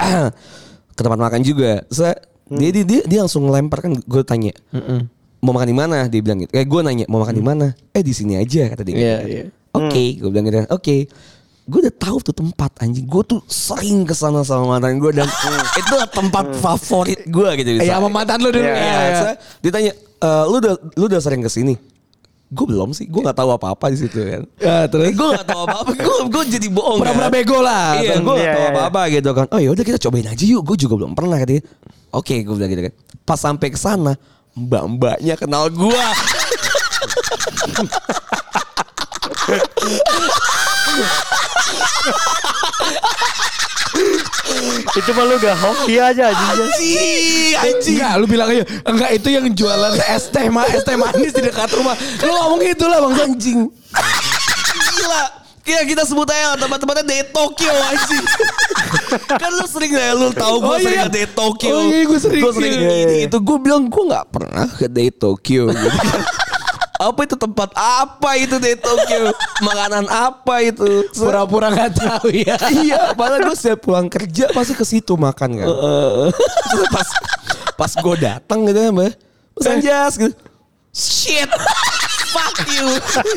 Ke tempat makan juga. Saya dia, dia dia dia langsung ngelempar kan gue tanya. Mau makan di mana? Dia bilang gitu. Kayak gue nanya mau makan di mana? Eh di sini aja kata dia. Iya, gitu. iya. Oke, gue bilang gitu. Oke. Gue udah tahu tuh tempat anjing. Gue tuh sering kesana sama mantan gue dan itu tempat favorit gue gitu. Iya sama mantan lu dulu. Iya, Iya, Iya, iya. saya ditanya, e, lu udah lu udah sering kesini? Gue belum sih, gue nggak tahu apa-apa di situ kan. Ya, terus gue nggak tahu apa-apa, gue gue jadi bohong. pura-pura kan? bego lah. Iya, gue nggak Iya, tahu iya, apa-apa gitu kan. Oh ya udah kita cobain aja yuk, gue juga belum pernah katanya. Oke, gue bilang gitu kan. Pas sampai ke sana, mbak-mbaknya kenal gue. Itu mah lu gak hoki aja anjing. Anjing, anjing. Enggak, lu bilang aja. Enggak, itu yang jualan es teh ma, es teh manis di dekat rumah. Lu ngomong gitu lah bang anjing. Gila. Iya kita sebut aja tempat-tempatnya di Tokyo anjing. Kan lu sering ya lu tahu gue Oh, sering iya. ke Date Tokyo. Oh, iya, gua sering. Gue sering Iya, ini, iya, iya. itu gue bilang gue nggak pernah ke Date Tokyo gitu kan. Apa itu tempat apa itu Date Tokyo? Makanan apa itu? Pura-pura nggak tahu ya. Iya, padahal gue setiap pulang kerja pasti ke situ makan kan. Terus pas pas gue datang gitu ya mbak, Mas Anjas gitu. Shit, fuck you.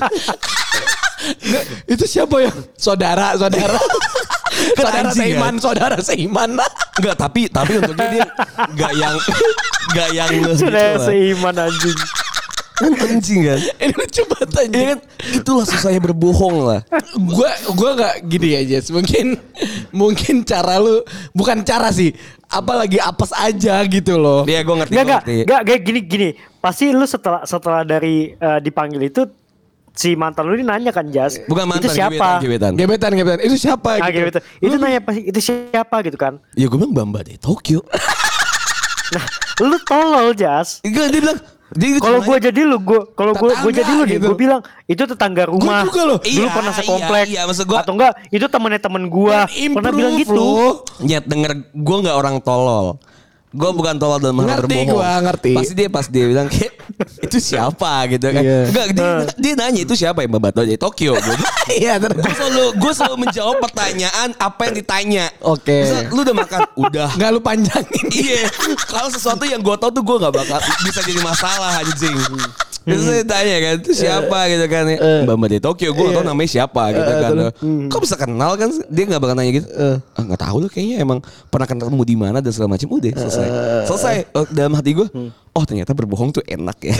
Itu siapa ya? Saudara, saudara. saudara Anjing, seiman, saudara seiman. Enggak, tapi tapi untungnya dia enggak yang enggak yang gitu Sudah lah. seiman anjing. Kan anjing kan. Ini lucu banget Ini anjing. kan itulah susahnya berbohong lah. Gua gua nggak gini ya Jess. Mungkin mungkin cara lu bukan cara sih. Apalagi apes aja gitu loh. Iya, gue ngerti. Enggak gua enggak ngerti. enggak kayak gini gini. Pasti lu setelah setelah dari eh, dipanggil itu si mantan lu ini nanya kan Jas. Bukan mantan, itu siapa? gebetan, gebetan. Gebetan gebetan itu siapa Ah, gitu. gitu. Itu nanya pasti itu siapa gitu kan. Ya gue bilang Bamba deh Tokyo. Nah, lu tolol Jas. Enggak, dia bilang dia Kalau cuma gue jadi lu, gue kalau gue gue Tetangga jadi lu nih, gitu. gue bilang itu tetangga rumah. juga loh. Dulu Iya, pernah sekomplek. iya, iya, maksud gua- Atau enggak, itu temennya temen gue. Dan Pernah bilang improve gitu. loh. Nyet denger gue nggak orang tolol. Gue bukan tolol dalam hal Ngerti berbohong. gua, ngerti. Pasti dia pas dia bilang kayak Itu siapa gitu kan. Iya. Enggak, dia, dia nanya itu siapa yang Babato dari Tokyo gitu. Iya, Gue selalu gue selalu menjawab pertanyaan apa yang ditanya. Oke. Misal, lu udah makan? Udah. Nggak lu panjangin. Iya. Kalau sesuatu yang gue tahu tuh gue nggak bakal bisa jadi masalah anjing. Terus saya tanya kan itu siapa gitu kan ya. Mbak Mbak di Tokyo gue nggak tahu namanya siapa gitu kan. Kok bisa kenal kan? Dia nggak bakal nanya gitu. Ah, nggak tahu loh kayaknya emang pernah ketemu di mana dan segala macam. Udah selesai. Selesai. Oh, dalam hati gue. Oh ternyata berbohong tuh enak ya.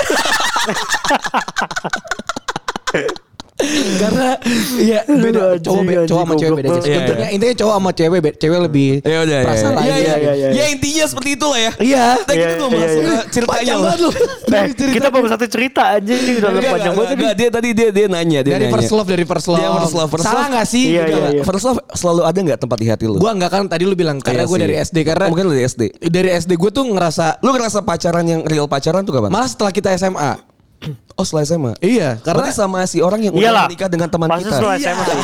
Karena ya beda Aduh, cowok anjing, be- cowok sama anjing, cewek beda. goblok. Sebetulnya intinya cowok sama cewek be- cewek lebih Ya udah ya. perasaan Ya, aja. ya, Iya, iya, iya. ya intinya seperti itulah ya. Iya. Kita gitu Iya, belum iya, masuk iya. ke ceritanya Panjang loh. banget lu. Eh, kita baru satu cerita aja nih udah Enggak, panjang enggak, banget. enggak, dia tadi dia dia nanya dia Dari nanya. first love dari first love. Dia first love, first Salah love. nggak sih? Iya, Udah. iya, iya. First love selalu ada nggak tempat di hati lu? Gua enggak kan tadi lu bilang karena Iya gue sih. dari S D karena Mungkin lu dari S D. dari S D gue tuh ngerasa Lu ngerasa pacaran yang real pacaran tuh kapan? malah setelah kita S M A. Oh setelah S M A. Iya, Karena karena sama si orang yang udah Iyalah. menikah dengan teman Pasti kita. setelah S M A sih.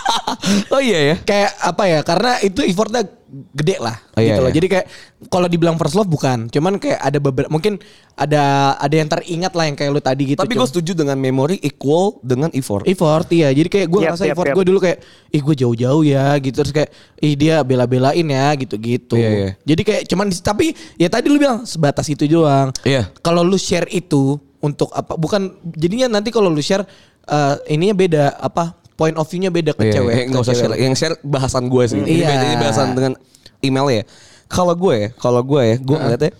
Oh iya ya. kayak apa ya? Karena itu effortnya gede lah Oh, iya, gitu loh. iya. Jadi kayak kalau dibilang first love bukan, cuman kayak ada beberapa mungkin ada ada yang teringat lah yang kayak lu tadi gitu. Tapi gue Cuma- setuju dengan memori equal dengan effort. effort iya. Jadi kayak gue Yap, ngerasa yap, effort yap. gue dulu kayak ih gue jauh-jauh ya gitu terus kayak ih dia bela-belain ya gitu-gitu. Iya, iya. Jadi kayak cuman tapi ya tadi lu bilang sebatas itu doang. Iya. Kalau lu share itu untuk apa? Bukan jadinya nanti kalau lu share eh, ininya beda apa? Point of view-nya beda ke Iya, cewek. eh, nggak ke usah cewek. share. Yang share bahasan gue sih. Ini Iya. beda, ini bahasan dengan email ya. Kalau gue ya, kalau gue ya, gue ngeliatnya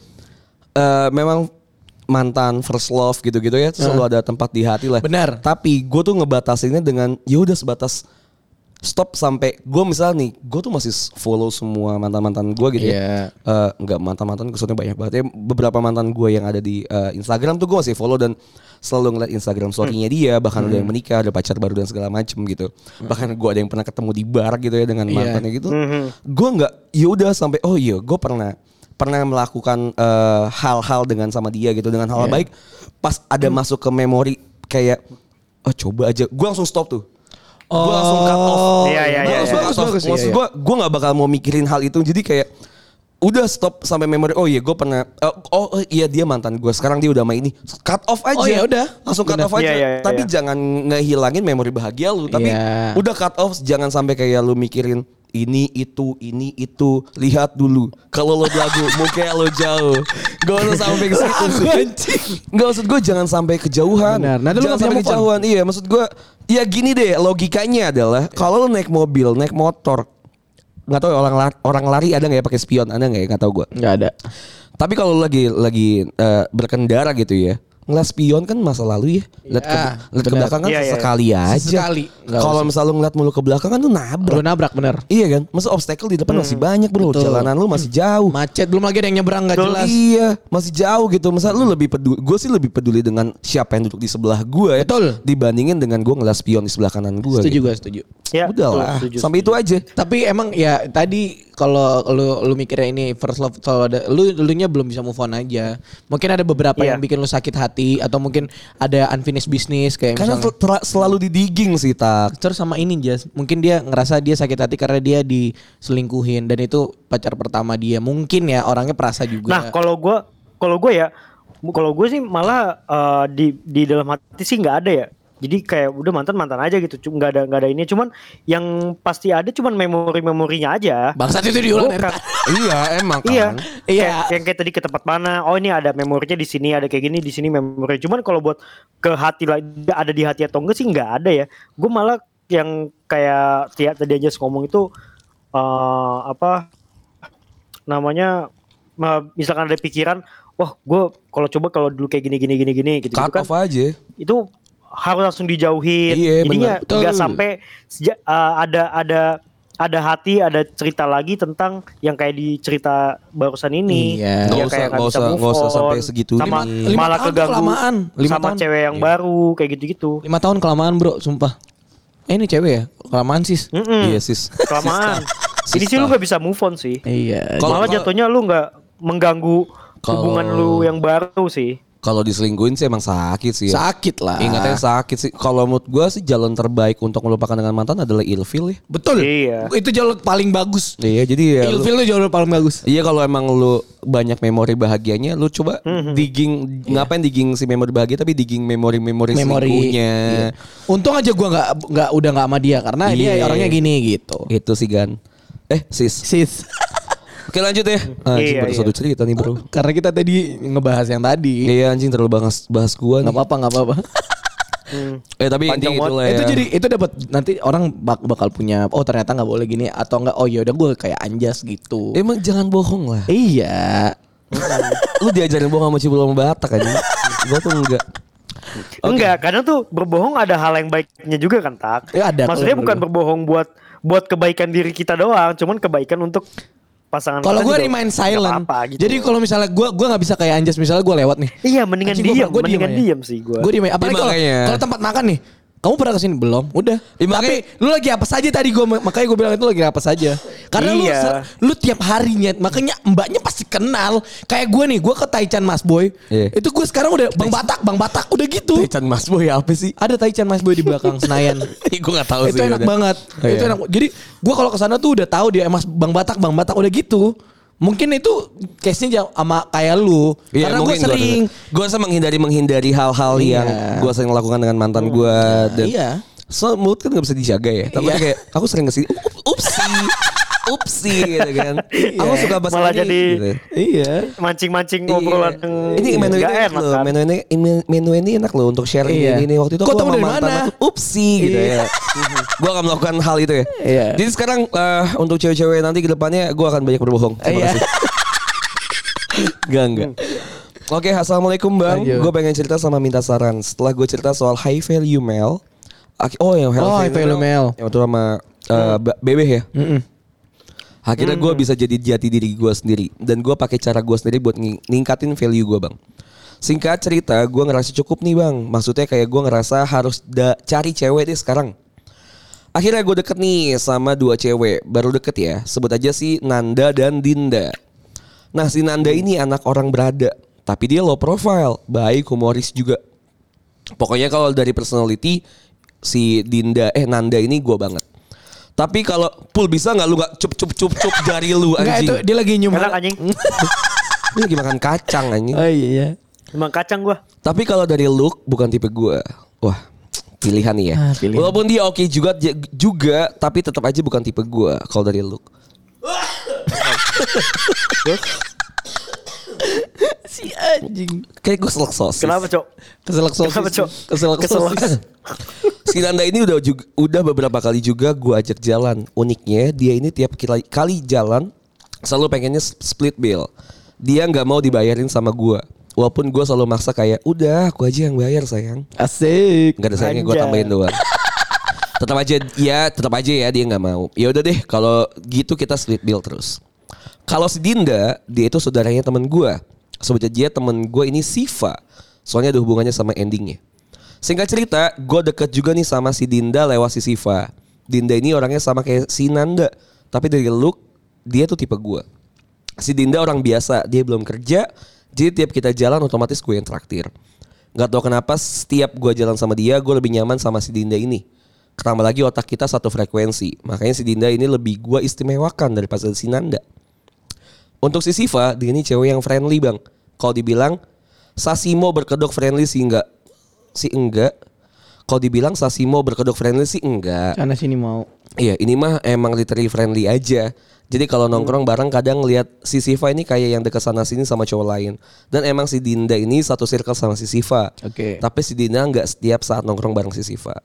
eh, memang mantan first love gitu-gitu ya itu selalu ada tempat di hati lah. Benar. Tapi gue tuh ngebatasinnya dengan ya udah sebatas stop sampai gue misal nih, gue tuh masih follow semua mantan-mantan gue gitu Iya. ya. Eh, enggak mantan-mantan, kesulitan banyak banget ya. Beberapa mantan gue yang ada di eh, Instagram tuh gue masih follow dan selalu ngeliat Instagram story-nya dia, bahkan ada yang menikah, ada pacar baru dan segala macem gitu. Bahkan gue ada yang pernah ketemu di bar gitu ya dengan Iya. mantannya gitu. Gue nggak, ya udah sampai oh iya, gue pernah pernah melakukan eh, hal-hal dengan sama dia gitu dengan hal Iya. baik. Pas ada masuk ke memori kayak, oh coba aja, gue langsung stop tuh. Gue langsung cut off. Iya, iya, Gua iya, langsung iya. cut off. Bagus, iya, Maksud iya. gue, gue nggak bakal mau mikirin hal itu. Jadi kayak udah stop sampai memori. Oh iya, gue pernah. eh, oh oh iya dia mantan gue. Sekarang dia udah sama ini. Cut off aja. Oh, ya udah. Langsung cut Benar. off aja. Iya, iya, iya. Tapi jangan ngehilangin memori bahagia lu. Tapi Iya. udah cut off. Jangan sampai kayak lu mikirin ini itu ini itu. Lihat dulu. Kalau lo lagu mungkin lo jauh. Gak usah sampai ke situ sih. Gak maksud gue jangan sampai kejauhan. Benar. Nanti lu Jangan nggak sampai bisa move on. kejauhan. Iya maksud gue. Ya gini deh logikanya adalah kalau lo naik mobil, naik motor, nggak tahu orang lari, orang lari ada nggak ya pakai spion, ada nggak ya, nggak tahu gue. Nggak ada. Tapi kalau lo lagi lagi eh, berkendara gitu ya, ngeliat spion kan masa lalu ya, lihat ke, Iya, lihat ke benar. belakang kan Iya, iya. sesekali aja. Sesekali. Nggak Kalau usah. misal lo ngeliat mulu ke belakang kan lo Lu nabrak. nabrak bener. Iya kan, masa obstacle di depan masih banyak bro, Betul. jalanan lu masih jauh. Macet belum lagi ada yang nyebrang nggak Betul. jelas. Iya, masih jauh gitu. Masa lu lebih peduli, gue sih lebih peduli dengan siapa yang duduk di sebelah gue ya, Betul. dibandingin dengan gue ngeliat spion di sebelah kanan gue. Setuju gitu. gue setuju. Ya, Udah lah, betul, setuju, sampai itu aja. Tapi emang ya tadi kalau lu lu mikirnya ini first love kalau ada lu dulunya belum bisa move on aja. Mungkin ada beberapa Iya. yang bikin lu sakit hati atau mungkin ada unfinished business kayak Karena misalnya. tel- tel- selalu didigging sih tak. Terus sama ini Jas, mungkin dia ngerasa dia sakit hati karena dia diselingkuhin dan itu pacar pertama dia. Mungkin ya orangnya perasa juga. Nah, kalau gue kalau gue ya kalau gue sih malah eh, di di dalam hati sih nggak ada ya. Jadi kayak udah mantan mantan aja gitu, cuma nggak ada nggak ada ini. Cuman yang pasti ada cuman memori memorinya aja. Bangsat itu diulang dari Bukan. tadi. Iya, emang kan. Iya, Iya. Kayak, yang kayak tadi ke tempat mana? Oh ini ada memorinya di sini, ada kayak gini di sini memori. Cuman kalau buat ke hati lah, ada di hati atau enggak sih nggak ada ya. Gue malah yang kayak tiap tadi aja ngomong itu eh, apa namanya? eh, Misalkan ada pikiran, wah gue kalau coba kalau dulu kayak gini gini gini gini gitu, Cut kan off aja. itu harus langsung dijauhin. Iya, Jadinya benar. nggak Betul. sampai seja- uh, ada ada ada hati, ada cerita lagi tentang yang kayak di cerita barusan ini. Iya. Nggak Yang usah- kayak nggak bisa usah- move nggak usah on, sampai segitunya. Sama Lima malah tahun keganggu kelamaan. Lima sama tahun. cewek yang Iya. baru kayak gitu-gitu. Lima tahun kelamaan bro, sumpah. Eh ini cewek ya? Kelamaan sis. Mm-mm. Iya sis. Kelamaan. Ini sih lu gak bisa move on sih. Iya. Kalau- Malah kalau- jatuhnya lu gak mengganggu Kalau- hubungan lu yang baru sih. Kalau diselingkuhin sih emang sakit sih. Ya. Sakit lah. Ingatnya sakit sih. Kalau menurut gue sih jalan terbaik untuk melupakan dengan mantan adalah ilfil ya. Betul. Iya. Itu jalur paling bagus. Iya jadi ya. Ilfil itu jalur paling bagus. Iya kalau emang lu banyak memori bahagianya, lu coba mm-hmm. digging, yeah. ngapain digging si memori bahagia tapi digging memori-memori selingkuhnya. Iya. Untung aja gue nggak nggak udah nggak sama dia karena iya. dia orangnya gini gitu. Itu sih Gan. Eh sis. Sis. Oke lanjut ya. Anjing iya, baru iya. satu cerita nih bro. Karena kita tadi ngebahas yang tadi. Iya anjing terlalu bahas bahas gua nih. Gak apa-apa gak apa-apa. Hmm. Eh tapi intinya itulah ya. Itu jadi itu dapat nanti orang bak- bakal punya oh ternyata nggak boleh gini atau enggak oh ya udah gue kayak anjas gitu. Emang jangan bohong lah. Iya. Lu diajarin bohong sama Cibulu sama Batak aja. Gua tuh enggak. Okay. Enggak, kadang tuh berbohong ada hal yang baiknya juga kan Tak. Ya, ada. Maksudnya bukan berbohong buat buat kebaikan diri kita doang, cuman kebaikan untuk pasangan. Kalau gue remain silent. Apa, gitu. Jadi kalau misalnya gue gue nggak bisa kayak anjas misalnya gue lewat nih. Iya mendingan Anjing, diam, gua, gua mendingan diem diam sih gue. Gue diem. Apalagi ya, kalau kalau tempat makan nih. Kamu pernah kesini belum? Udah. Ya, Tapi makanya, lu lagi apa saja tadi gue makanya gue bilang itu lagi apa saja. Karena iya. lu lu tiap harinya makanya mbaknya pasti kenal. Kayak gue nih, gue ke Taichan Mas Boy. Iya. Itu gue sekarang udah Bang Batak, Bang Batak udah gitu. Taichan Mas Boy apa sih? Ada Taichan Mas Boy di belakang Senayan. Gue gak tahu Itu sih. enak udah. banget. Oh, Itu iya. enak. Jadi gue kalau kesana tuh udah tahu dia Mas Bang Batak, Bang Batak udah gitu. Mungkin itu case-nya sama kayak lu. Iya, Karena gue sering gue rasa menghindari menghindari hal-hal Iya. yang gue sering lakukan dengan mantan gue dan Iya. so mood kan gak bisa dijaga ya. Tapi Iya. kayak aku sering kesini, upsi, upsi gitu kan. Iya. Aku suka bahasa Malah ini, jadi gitu. Iya. Mancing-mancing ngobrolan yang Ini menu ini nggak enak enak loh. kan. Menu ini menu ini enak loh untuk share Iya. ini, ini waktu itu Kok aku tahu sama dari mantan mana? aku upsi gitu Iya. ya. Gue akan melakukan hal itu ya. Iya. Jadi sekarang eh, untuk cewek-cewek nanti ke depannya gue akan banyak berbohong. Terima Iya. kasih. Enggak enggak. Oke, assalamualaikum bang. Lanjut. Gue pengen cerita sama minta saran. Setelah gue cerita soal high value male, ak- oh yang Oh, high value male. yang itu sama uh, Bebe ya. Mm-mm. Akhirnya gue bisa jadi jati diri gue sendiri dan gue pakai cara gue sendiri buat ng- ningkatin value gue bang. Singkat cerita, gue ngerasa cukup nih bang. Maksudnya kayak gue ngerasa harus da- cari cewek deh sekarang. Akhirnya gue deket nih sama dua cewek. Baru deket ya. Sebut aja si Nanda dan Dinda. Nah si Nanda ini anak orang berada. Tapi dia low profile. Baik, humoris juga. Pokoknya kalau dari personality si Dinda eh Nanda ini gue banget. Tapi kalau Pul bisa nggak lu nggak cup cup cup cup jari lu Enggak anjing? itu dia lagi nyium. Enak anjing. Ini lagi makan kacang anjing. Oh iya. Emang kacang gue. Tapi kalau dari look bukan tipe gue. Wah, pilihan nih ya. Ah, pilihan. Walaupun dia oke juga j- juga, tapi tetap aja bukan tipe gue kalau dari look. Si anjing. Kayak gue selek sosis. Kenapa cok? Keselak sosis. Kenapa cok? Keselak Keselak. sosis. Si Nanda ini udah juga, udah beberapa kali juga gue ajak jalan. Uniknya dia ini tiap kali, kali jalan selalu pengennya split bill. Dia nggak mau dibayarin sama gue. Walaupun gue selalu maksa kayak udah aku aja yang bayar sayang. Asik. Nggak ada sayangnya gue Anjay. tambahin doang. Tetap aja ya tetap aja ya dia nggak mau. Ya udah deh kalau gitu kita split bill terus. Kalau si Dinda dia itu saudaranya temen gue. Sebut aja temen gue ini Siva. Soalnya ada hubungannya sama endingnya. Singkat cerita, gue deket juga nih sama si Dinda lewat si Siva. Dinda ini orangnya sama kayak si Nanda. Tapi dari look, dia tuh tipe gue. Si Dinda orang biasa, dia belum kerja. Jadi tiap kita jalan otomatis gue yang traktir. Gak tau kenapa setiap gue jalan sama dia, gue lebih nyaman sama si Dinda ini. Ketambah lagi otak kita satu frekuensi. Makanya si Dinda ini lebih gue istimewakan daripada si Nanda. Untuk si Siva, dia ini cewek yang friendly bang. Kalau dibilang Sasimo berkedok friendly sih enggak. Sih enggak. Kalau dibilang Sasimo berkedok friendly sih enggak. Sana sini mau. Iya ini mah emang literally friendly aja. Jadi kalau nongkrong bareng kadang lihat si Siva ini kayak yang dekat sana sini sama cowok lain. Dan emang si Dinda ini satu circle sama si Siva. Oke. Tapi si Dinda nggak setiap saat nongkrong bareng si Siva.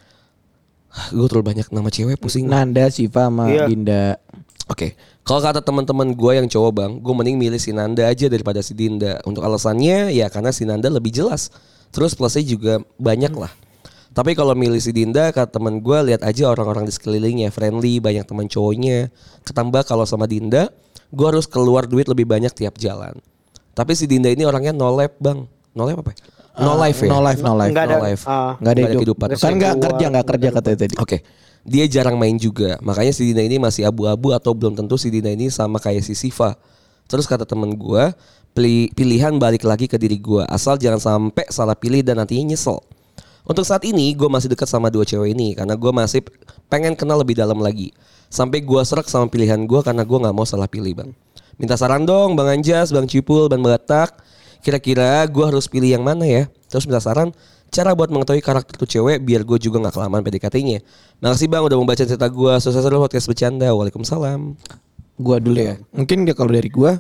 Gue terlalu banyak nama cewek pusing. Nanda, Siva sama Iya. Dinda. Oke, kalau kata teman-teman gue yang cowok bang, gue mending milih si Nanda aja daripada si Dinda. Untuk alasannya ya karena si Nanda lebih jelas. Terus plusnya juga banyak lah. Tapi kalau milih si Dinda, kata teman gue lihat aja orang-orang di sekelilingnya friendly, banyak teman cowoknya. Ketambah kalau sama Dinda, gue harus keluar duit lebih banyak tiap jalan. Tapi si Dinda ini orangnya no life bang, no life apa? Ya? No Ah, life ya. no life, no life. Nggak ada. No life. ah, Enggak ada Nggak ada hidup. kehidupan. Kan enggak Keluar, kerja, enggak kerja katanya tadi. Oke, dia jarang main juga. Makanya si Dinda ini masih abu-abu atau belum tentu si Dinda ini sama kayak si Siva. Terus kata temen gue, pilih, pilihan balik lagi ke diri gue. Asal jangan sampai salah pilih dan nantinya nyesel. Untuk saat ini gue masih dekat sama dua cewek ini karena gue masih pengen kenal lebih dalam lagi. Sampai gue serak sama pilihan gue karena gue gak mau salah pilih bang. Minta saran dong Bang Anjas, Bang Cipul, Bang Batak. Kira-kira gue harus pilih yang mana ya? Terus minta saran cara buat mengetahui karakter tuh cewek biar gue juga gak kelamaan P D K T-nya. Makasih bang udah membaca cerita gue. Sukses terus podcast bercanda. Waalaikumsalam. Gue dulu ya. Mungkin dia kalau dari gue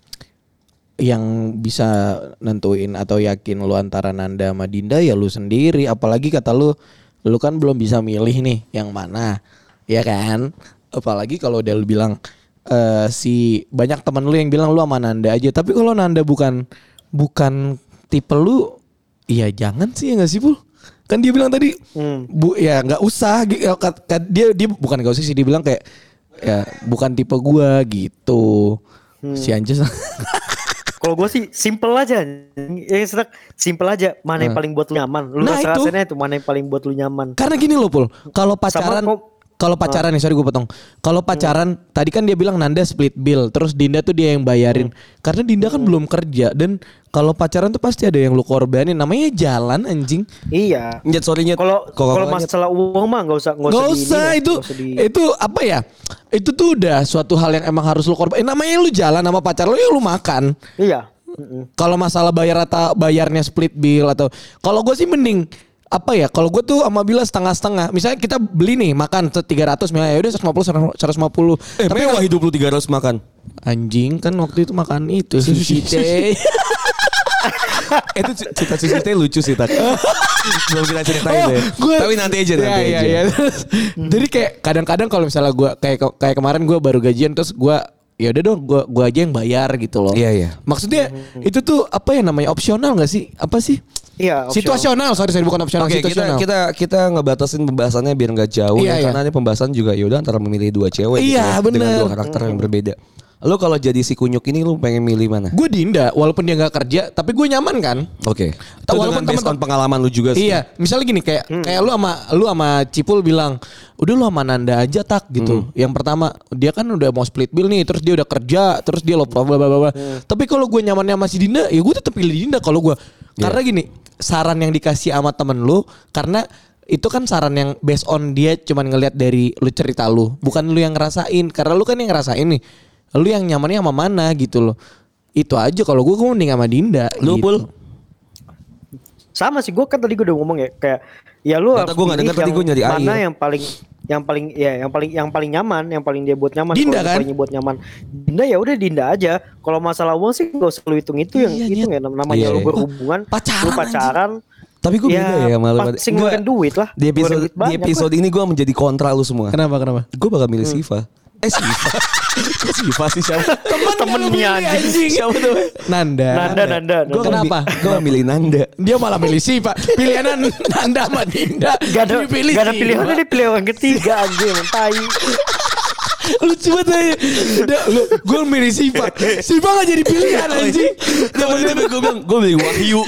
yang bisa nentuin atau yakin lu antara Nanda sama Dinda ya lu sendiri. Apalagi kata lu, lu kan belum bisa milih nih yang mana, ya kan? Apalagi kalau udah lu bilang uh, si banyak teman lu yang bilang lu sama Nanda aja. Tapi kalau Nanda bukan bukan tipe lu, ya jangan sih ya nggak sih Pul? Kan dia bilang tadi, hmm. bu ya nggak usah. Dia dia bukan nggak usah sih, dia bilang kayak ya bukan tipe gua gitu. Hmm. Si Anjas. Kalau gue sih simple aja, ya serak simple aja. Mana yang paling buat lu nyaman? Lu nah rasanya itu mana yang paling buat lu nyaman? Karena gini loh Pul, kalau pacaran, kalau pacaran nih sorry gue potong. Kalau pacaran, hmm. tadi kan dia bilang Nanda split bill, terus Dinda tuh dia yang bayarin. Hmm. Karena Dinda kan hmm. belum kerja dan kalau pacaran tuh pasti ada yang lu korbanin. Namanya jalan anjing. Iya. Nyet sorrynya. Kalau kalau masalah uang mah nggak usah nggak usah. usah, usah di, itu usah di... itu apa ya? Itu tuh udah suatu hal yang emang harus lu korbanin. Eh, namanya lu jalan sama pacar lu ya lu makan. Iya. Kalau masalah bayar atau bayarnya split bill atau kalau gue sih mending apa ya? Kalau gue tuh sama Bila setengah-setengah. Misalnya kita beli nih makan tiga ratus misalnya ya udah seratus lima puluh seratus lima puluh. Eh, tapi mewah hidup lu tiga ratus makan. Anjing kan waktu itu makan itu sushi teh. Itu cerita sushi teh lucu sih tak. Belum kita ceritain oh, deh. Gua, tapi nanti aja ya, nanti ya, aja. Ya. Jadi kayak kadang-kadang kalau misalnya gue kayak kayak kemarin gue baru gajian terus gue ya udah dong gua gua aja yang bayar gitu loh. Iya iya. Maksudnya mm-hmm. itu tuh apa ya namanya opsional enggak sih? Apa sih? Iya, situasional. Sorry sorry bukan opsional, okay, situasional. Kita kita kita ngebatasin pembahasannya biar enggak jauh iya, ya, iya. karena ini pembahasan juga ya udah antara memilih dua cewek iya, gitu ya, dengan dua karakter mm-hmm. yang berbeda. Lo kalau jadi si kunyuk ini lo pengen milih mana? Gue Dinda, walaupun dia nggak kerja, tapi gue nyaman kan. Oke. Okay. Itu walaupun dengan based on pengalaman lu juga sih. Iya, misalnya gini kayak hmm. kayak lu sama lu sama Cipul bilang, udah lu sama Nanda aja tak gitu. Hmm. Yang pertama dia kan udah mau split bill nih, terus dia udah kerja, terus dia lo bla bla bla. Hmm. Tapi kalau gue nyamannya sama si Dinda, ya gue tetap pilih Dinda kalau gue. Yeah. Karena gini, saran yang dikasih sama temen lu, karena itu kan saran yang based on dia cuman ngelihat dari lu cerita lu, bukan lu yang ngerasain. Karena lu kan yang ngerasain nih. Lu yang nyamannya sama mana gitu loh. Itu aja kalau gue gue mending sama Dinda. Lu gitu. Pul? Sama sih gue kan tadi gue udah ngomong ya kayak ya lu harus gue nggak dengar tadi gue nyari mana air. yang paling yang paling ya yang paling yang paling nyaman, yang paling dia buat nyaman. Dinda kan? Paling buat nyaman. Dinda ya udah Dinda aja. Kalau masalah uang sih gak usah lu hitung itu yang iya, itu iya. ya namanya iya, lu iya. berhubungan, pacaran, lu pacaran. Tapi gue beda ya, ya malu. Pasti ngeluarin duit lah. Di episode di episode ini gue menjadi kontra lu semua. Kenapa kenapa? Gue bakal milih hmm. Siva. Eh Siva. Kok Siva sih siapa? Temen-temennya anjing. Siapa tuh? Nanda. Nanda Nanda. Gue kenapa? Gue milih Nanda. Dia malah milih Siva. Pilihan Nanda sama Dinda. Gak ada pilih. Gak ada pilihannya, dia pilih yang ketiga anjing, tai. Lucu banget aja. Lu gue milih Siva. Siva gak jadi pilihan anjing. Tapi gue bilang gue milih Wahyu.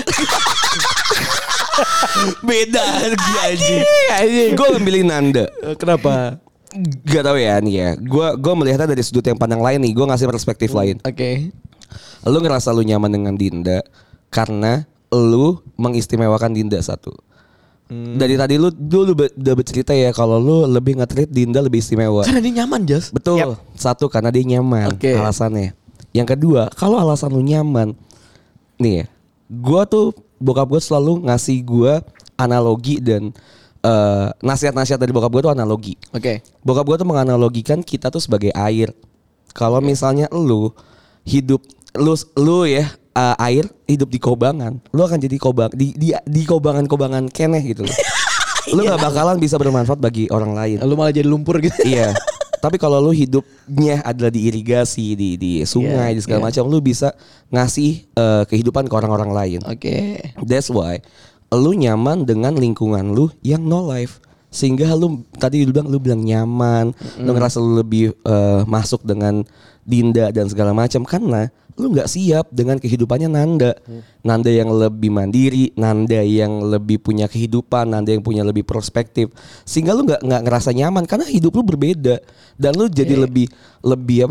Beda lagi anjing. Gue milih Nanda. Kenapa? Gak tau ya nih ya. Gue gue melihatnya dari sudut yang pandang lain nih. Gue ngasih perspektif hmm, lain. Oke. Okay. Lu ngerasa lu nyaman dengan Dinda karena lu mengistimewakan Dinda satu. Hmm. Dari tadi lu dulu udah bercerita ya kalau lu lebih nge-treat Dinda lebih istimewa. Karena dia nyaman, Jas. Betul. Yep. Satu karena dia nyaman. Okay. Alasannya. Yang kedua, kalau alasan lu nyaman, nih ya. Gue tuh bokap gue selalu ngasih gue analogi dan Uh, nasihat-nasihat dari bokap gue tuh analogi. Oke. Okay. Bokap gue tuh menganalogikan kita tuh sebagai air. Kalau okay. misalnya lu hidup lu lu ya uh, air hidup di kobangan, lu akan jadi kobang di di, di kobangan-kobangan keneh gitu loh. Lu gak bakalan bisa bermanfaat bagi orang lain. Lu malah jadi lumpur gitu. Iya. Tapi kalau lu hidupnya adalah di irigasi, di di sungai, yeah, di segala yeah. macam, lu bisa ngasih uh, kehidupan ke orang-orang lain. Oke. Okay. That's why lu nyaman dengan lingkungan lu yang no life, sehingga lu tadi lu bilang lu bilang nyaman, mm. lu ngerasa lu lebih uh, masuk dengan Dinda dan segala macam karena lu nggak siap dengan kehidupannya Nanda. Mm. Nanda yang lebih mandiri, Nanda yang lebih punya kehidupan, Nanda yang punya lebih perspektif, sehingga lu nggak nggak ngerasa nyaman karena hidup lu berbeda dan lu jadi yeah. lebih lebih apa?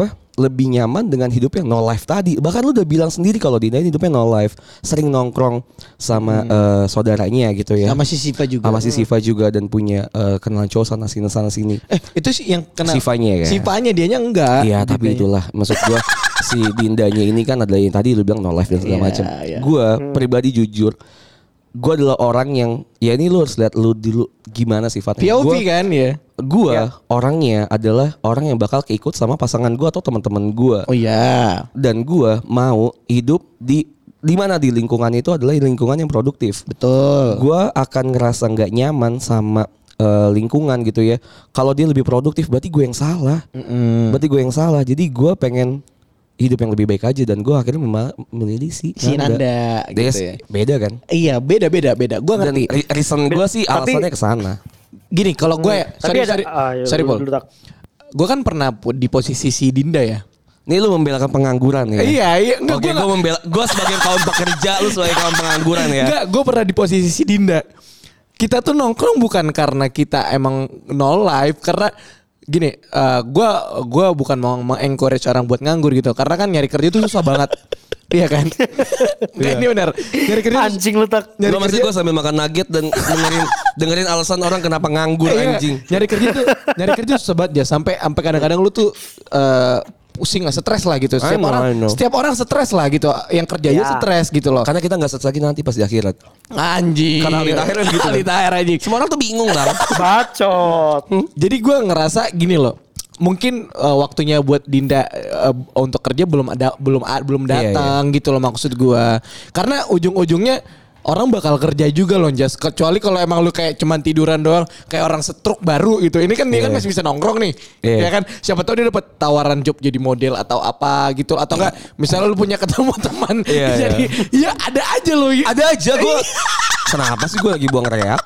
lebih nyaman dengan hidup yang no life tadi. Bahkan lu udah bilang sendiri kalau Dinda ini hidupnya no life, sering nongkrong sama hmm. uh, saudaranya gitu ya. Sama si Siva juga. Sama si Siva juga dan punya uh, kenalan cowok sana sini sana sini. Eh itu sih yang kenal Sivanya ya. Sivanya dianya enggak. Iya tapi itulah maksud gua si Dindanya ini kan adalah yang tadi lu bilang no life dan segala yeah, macam. Yeah. Gua hmm. pribadi jujur, gue adalah orang yang ya ini lu harus lihat lu dulu gimana sifatnya. P O V gua, kan ya. Gue ya. orangnya adalah orang yang bakal keikut sama pasangan gue atau teman-teman gue. Oh iya. Dan gue mau hidup di di mana di lingkungan itu adalah lingkungan yang produktif. Betul. Gue akan ngerasa nggak nyaman sama uh, lingkungan gitu ya. Kalau dia lebih produktif berarti gue yang salah. Mm-mm. Berarti gue yang salah. Jadi gue pengen hidup yang lebih baik aja dan gue akhirnya memilih si si Nanda, Nanda gitu ya. Beda kan? Iya beda beda beda. Gue ngerti. Dan reason gue sih alasannya ke sana. Gini kalau gue, hmm, sorry ada, sorry, uh, ya, sorry Paul. Gue kan pernah di posisi si Dinda ya. Ini lu membelakan pengangguran ya? Iya iya. Enggak, Oke, gue membela. Gue sebagai kaum pekerja, lu sebagai kaum pengangguran ya. Enggak, gue pernah di posisi si Dinda. Kita tuh nongkrong bukan karena kita emang no life, karena gini, uh, gue gue bukan mau mengencourage orang buat nganggur gitu, karena kan nyari kerja itu susah banget, iya kan? Iya. Ini benar. Nyari kerja anjing lu tak. Nyari kerja gue sambil makan nugget dan dengerin dengerin alasan orang kenapa nganggur iya, anjing. Nyari kerja tuh, nyari kerja susah banget ya, sampai sampai kadang-kadang lu tuh uh, pusing lah, stres lah gitu. Setiap know, orang, setiap orang stres lah gitu. Yang kerjanya ya. stres gitu loh. Karena kita nggak stres lagi nanti pas di akhirat. Anjing. Karena di akhirat gitu. Di akhirat anjing. Semua orang tuh bingung lah. Bacot. Hmm? Jadi gue ngerasa gini loh. Mungkin uh, waktunya buat Dinda uh, untuk kerja belum ada, belum uh, belum datang iya, iya. gitu loh maksud gue. Karena ujung-ujungnya orang bakal kerja juga loh Jas. Kecuali kalau emang lu kayak cuman tiduran doang, kayak orang stroke baru gitu. Ini kan yeah. dia kan masih bisa nongkrong nih. Yeah. Ya kan? Siapa tahu dia dapat tawaran job jadi model atau apa gitu, atau enggak misalnya lu punya ketemu teman. Yeah, jadi yeah. ya ada aja loh. Ada aja gue. Kenapa sih gue lagi buang reak?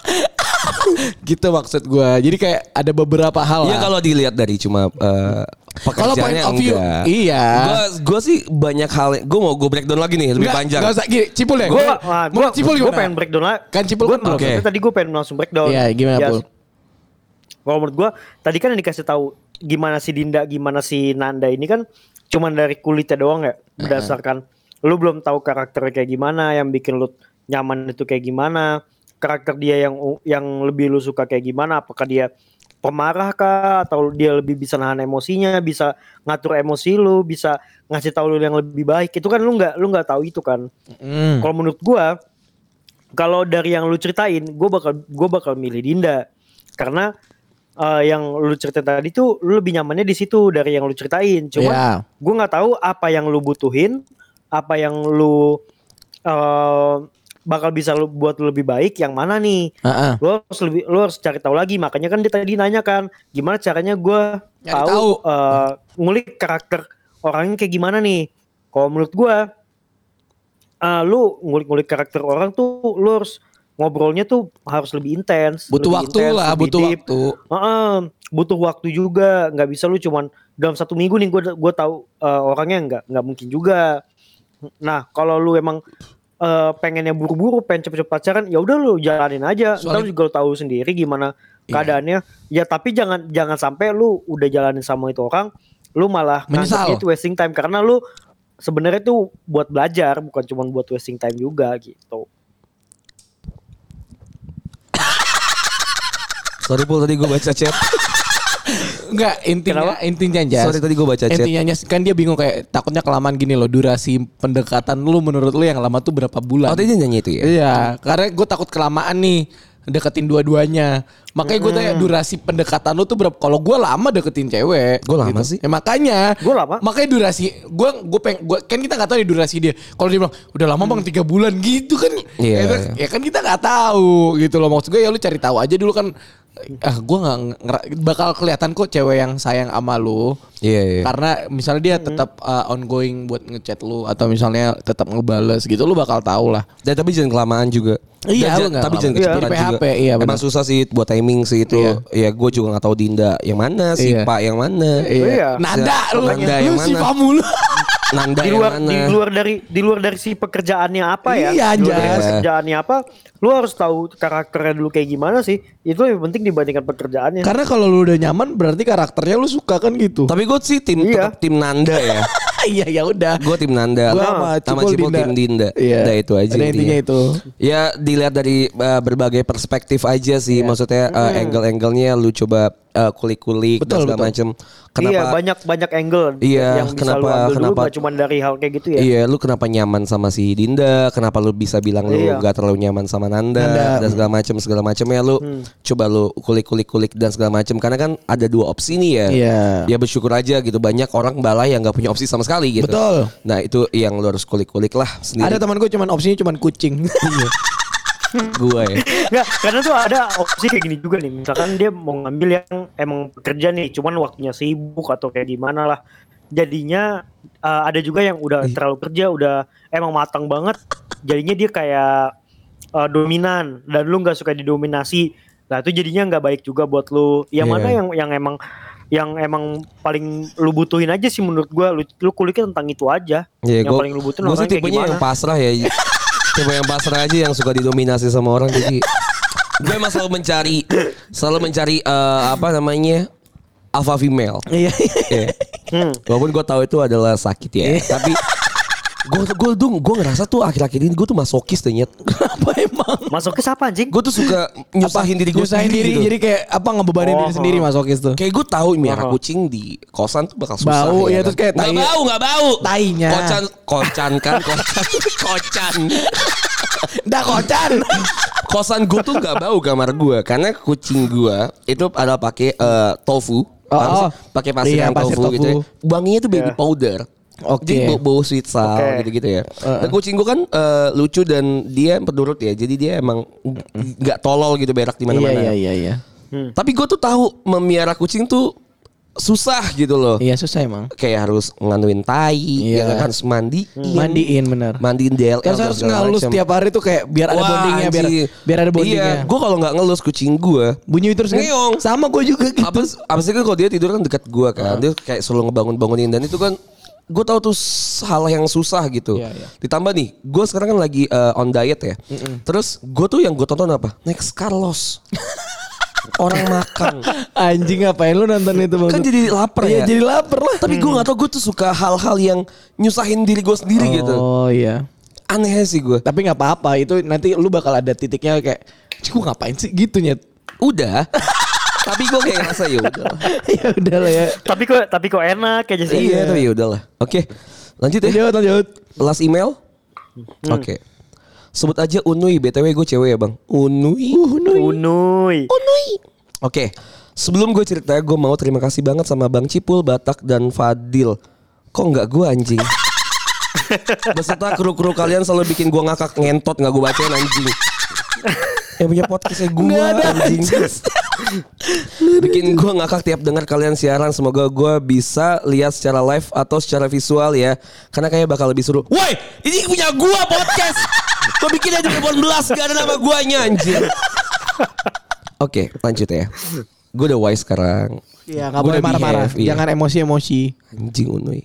Gitu maksud gue. Jadi kayak ada beberapa hal. Iya kalau dilihat dari cuma uh, pekerjaannya enggak. Iya. Gue gue sih banyak hal. Gue mau gue breakdown lagi nih lebih enggak, panjang. Gak usah gini, Cipul deh. Gue gue Cipul gue pengen breakdown lah. Kan Cipul gua, kan belum. Okay. Tadi gue pengen langsung breakdown. Iya gimana ya, Pul? Kalau menurut gue tadi kan yang dikasih tahu gimana si Dinda, gimana si Nanda ini kan cuman dari kulitnya doang ya. Berdasarkan uh-huh. lu belum tahu karakternya kayak gimana, yang bikin lu nyaman itu kayak gimana, karakter dia yang yang lebih lu suka kayak gimana, apakah dia pemarah kah atau dia lebih bisa nahan emosinya, bisa ngatur emosi lu, bisa ngasih tahu lu yang lebih baik. Itu kan lu nggak lu nggak tahu itu kan. Mm. Kalau menurut gua, kalau dari yang lu ceritain, gua bakal gua bakal milih Dinda karena uh, yang lu ceritain tadi tuh lu lebih nyamannya di situ dari yang lu ceritain. Cuma yeah. gua nggak tahu apa yang lu butuhin, apa yang lu uh, bakal bisa lu buat lu lebih baik yang mana nih? Uh-uh. Lu harus lebih, lu harus cari tahu lagi. Makanya kan dia tadi nanya kan, gimana caranya gue tahu, tahu. Uh, ngulik karakter orangnya kayak gimana nih? Kalau menurut gue, uh, lu ngulik-ngulik karakter orang tuh, lu harus ngobrolnya tuh harus lebih intens. Butuh lebih waktu intense, lah, butuh deep. waktu. Uh-uh, butuh waktu juga. Nggak bisa lu cuman dalam satu minggu nih gue gue tahu uh, orangnya nggak nggak mungkin juga. Nah kalau lu emang Uh, pengennya buru-buru, pengen cepet-cepet pacaran, ya udah lu jalanin aja. Soalnya, ntar lu juga tahu sendiri gimana iya. keadaannya. Ya tapi jangan jangan sampai lu udah jalanin sama itu orang, lu malah menyesal. Itu wasting time karena lu sebenarnya tuh buat belajar, bukan cuma buat wasting time juga gitu. Sorry Pul, tadi gue baca chat. Enggak, intinya Kenapa? intinya Jas. Sorry tadi gue baca chat. Intinya kan dia bingung kayak takutnya kelamaan gini loh, durasi pendekatan lu menurut lu yang lama tuh berapa bulan? Oh, dia nyanyi itu ya? Iya, karena gue takut kelamaan nih deketin dua-duanya. Makanya gue tanya durasi pendekatan lu tuh berapa? Kalau gue lama deketin cewek. Gue lama gitu. sih. Ya makanya. Gue lama. Makanya durasi gue gue peng gue kan kita nggak tahu nih durasi dia. Kalau dia bilang udah lama bang tiga bulan gitu kan. Iya. Ya, ya kan kita nggak tahu gitu loh. Maksud gue ya lu cari tahu aja dulu kan. Ah gue nggak bakal kelihatan kok cewek yang sayang sama lu. Iya, iya. Karena misalnya dia tetap uh, ongoing buat ngechat lu atau misalnya tetap ngebales gitu, lu bakal tahu lah. Dan tapi jangan kelamaan juga. Iya, Dan, tapi jangan kecepatan iya. juga. Iya, emang susah sih buat timing sih itu. Iya. Ya gue juga nggak tahu Dinda yang mana, si iya. Pak yang mana. Iya. Nanda, lu, Nanda lu yang si mana. Pak mulu. Nanda di yang luar mana? di luar dari di luar dari si pekerjaannya apa ya? Iya, Di luar dari anjas. pekerjaannya apa? Lu harus tahu karakternya dulu kayak gimana sih. Itu lebih penting dibandingkan pekerjaannya. Karena kalau lu udah nyaman berarti karakternya lu suka kan gitu. Tapi gue sih tim Iya. tetap tim Nanda ya. Iya ya udah. Gue tim Nanda. Gua Nah, sama sama Cipul Cipul Dinda. tim Dinda. Iya. Udah itu aja Ada intinya itu. Ya dilihat dari uh, berbagai perspektif aja sih. Maksudnya uh, angle-angle-nya lu coba uh, kulik-kulik Betul, dan segala betul. macem. Iya, Kenapa? banyak banyak angle Iya, yang bisa kenapa- lu ambil dulu kenapa- gak cuma dari hal kayak gitu ya. Iya, lu kenapa nyaman sama si Dinda? Kenapa lu bisa bilang lu Iya. gak terlalu nyaman sama Nanda, Nanda. dan segala macam segala macam ya lu coba lu kulik-kulik-kulik dan segala macam karena kan ada dua opsi nih ya. Iya. Ya bersyukur aja gitu banyak orang balai yang gak punya opsi sama sekali gitu. Betul. Nah, itu yang lu harus kulik-kulik lah sendiri. Ada teman gue cuman opsinya cuman kucing. Gue ya. Enggak, karena tuh ada opsi kayak gini juga nih. Misalkan dia mau ngambil yang emang pekerja nih, cuman waktunya sibuk atau kayak gimana lah. Jadinya uh, ada juga yang udah terlalu kerja, udah emang matang banget. Jadinya dia kayak uh, dominan dan lu nggak suka didominasi. Nah itu jadinya nggak baik juga buat lu. Yang Iya. mana yang yang emang yang emang paling lu butuhin aja sih menurut gua. Lu, lu kuliknya tentang itu aja. Iya, yang gua- paling lu butuhin gua orang sih kayak tipenya gimana. yang pasrah ya. Tipe yang pasrah aja yang suka didominasi sama orang jadi gue emang selalu mencari selalu mencari eh, apa namanya alpha female. Iya. Iya. Hmm. Walaupun gue tahu itu adalah sakit ya, tapi gue gue tuh gue ngerasa tuh akhir-akhir ini gue tuh masokis deh nyet. Apa emang? Masuknya siapa anjing? Gue tuh suka nyusahin diri gue Nyusahin sendiri diri gitu. jadi kayak apa ngebebanin Oh, diri sendiri masokis tuh. Kayak gue tahu merah Oh. kucing di kosan tuh bakal susah. Bau, ya iya, terus kayak nggak tai- bau nggak bau. tainya. Kocan kocan kan kocan kocan. Dah kocan. Kosan gue tuh nggak bau kamar gue karena kucing gue itu adalah pakai eh, tofu. Oh, Apa sih? oh. Pakai pasir Iya, yang pasir tofu, gitu ya. tofu. Wanginya tuh baby Iya. powder. Oke. Jadi bau, bau sweet salt Oke. gitu-gitu ya. Dan kucing gue kan eh, lucu dan dia penurut ya. Jadi dia emang nggak tolol gitu berak di Iya mana-mana. iya iya iya. Tapi gue tuh tahu memelihara kucing tuh susah gitu loh. Iya susah emang. Kayak harus nganuin tai, Iya. ya kan, harus mandiin, Mandiin bener. mandiin D L L. Terus dan harus segala ngelus macam. tiap hari tuh kayak biar ada Wah, bondingnya biar anjing. biar ada bondingnya. Iya, gue kalau nggak ngelus kucing gue, Bunyi terus kan? Ngeong. Sama gue juga gitu. apa apa sih kan kalau dia tidur kan dekat gue kan, dia kayak selalu ngebangun-bangunin dan itu kan gue tahu tuh s- hal yang susah gitu. Iya, iya. Ditambah nih, gue sekarang kan lagi eh, on diet ya. Terus gue tuh yang gue tonton apa? Next Carlos. Orang makan. Anjing ngapain lu nonton itu Bang? Kan jadi lapar Iya ya. jadi lapar lah. Tapi gue gak tau, gue tuh suka hal-hal yang nyusahin diri gue sendiri gitu. Oh iya. Aneh sih gue. Tapi nggak apa-apa itu nanti lu bakal ada titiknya kayak "Cik, gua ngapain sih gitu nyet. Udah. Tapi gue kayak ngerasa ya udah. Ya udah lah ya. Tapi kok tapi kok enak aja sih. Iya, tapi ya udahlah. Oke. Lanjut ya. Lanjut lanjut. Last email. Oke. Sebut aja Unuy. B T W gue cewek ya bang. Unuy. Unuy. Unuy. Oke. Sebelum gue cerita, gue mau terima kasih banget sama Bang Cipul, Batak, dan Fadil. Kok nggak gue anjing? Beserta kru-kru kalian selalu bikin gue ngakak ngentot, nggak gue bacain anjing. Yang punya podcastnya gue Nggak ada anjing. Bikin gue ngakak tiap dengar kalian siaran. Semoga gue bisa lihat secara live atau secara visual ya. Karena kayaknya bakal lebih seru. Woi, ini punya gue podcast. Gue bikinnya di delapan belas, gak ada nama guanya anjing. Oke, lanjut ya. Gue udah wise sekarang. Iya nggak Gua boleh udah marah-marah. behave, iya. Jangan emosi-emosi. Anjing Unuy.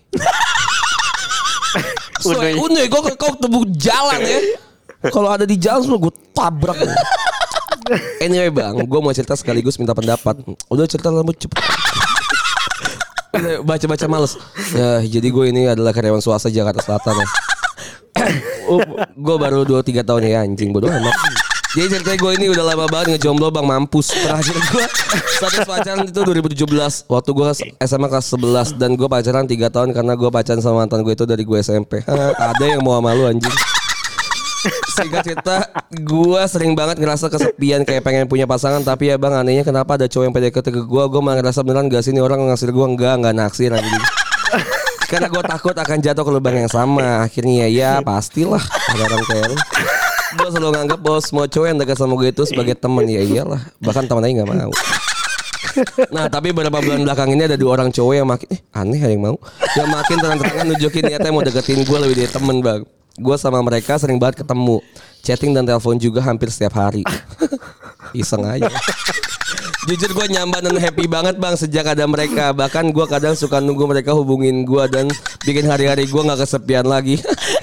So, Unuy, kau kau tebuk jalan ya. Kalau ada di jalan semua gue tabrak. Anyway bang, gue mau cerita sekaligus minta pendapat. Udah cerita lama cepet. Baca-baca males. Ya, jadi gue ini adalah karyawan swasta Jakarta Selatan ya. Gue baru dua tiga tahun ya anjing, bodoh amat. Jadi ceritanya gue ini udah lama banget ngejomblo bang, mampus. Terakhir gue status pacaran itu dua ribu tujuh belas. Waktu gue S M A kelas sebelas. Dan gue pacaran tiga tahun karena gue pacaran sama mantan gue itu dari gue S M P. Ada yang mau sama lu anjing. Singkat cerita, gue sering banget ngerasa kesepian, kayak pengen punya pasangan. Tapi ya bang, anehnya kenapa ada cowok yang P D K T ke gue. Gue malah ngerasa beneran gak sih ini orang ngasih gue. Enggak, enggak naksir anjing. Karena gue takut akan jatuh ke lubang yang sama. Akhirnya ya pastilah ada orang kayak lu. Gue selalu nganggap bahwa semua cowok yang dekat sama gue itu sebagai teman. Ya iyalah, bahkan teman aja gak mau. Nah tapi beberapa bulan belakang ini ada dua orang cowok yang makin eh, aneh ada yang mau. Yang makin terang-terangan nunjukin niatnya mau deketin gue lebih dari temen bang. Gue sama mereka sering banget ketemu, chatting dan telepon juga hampir setiap hari. Iseng aja. Jujur gue nyaman dan happy banget bang sejak ada mereka. Bahkan gue kadang suka nunggu mereka hubungin gue dan bikin hari-hari gue nggak kesepian lagi.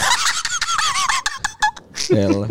Yalah.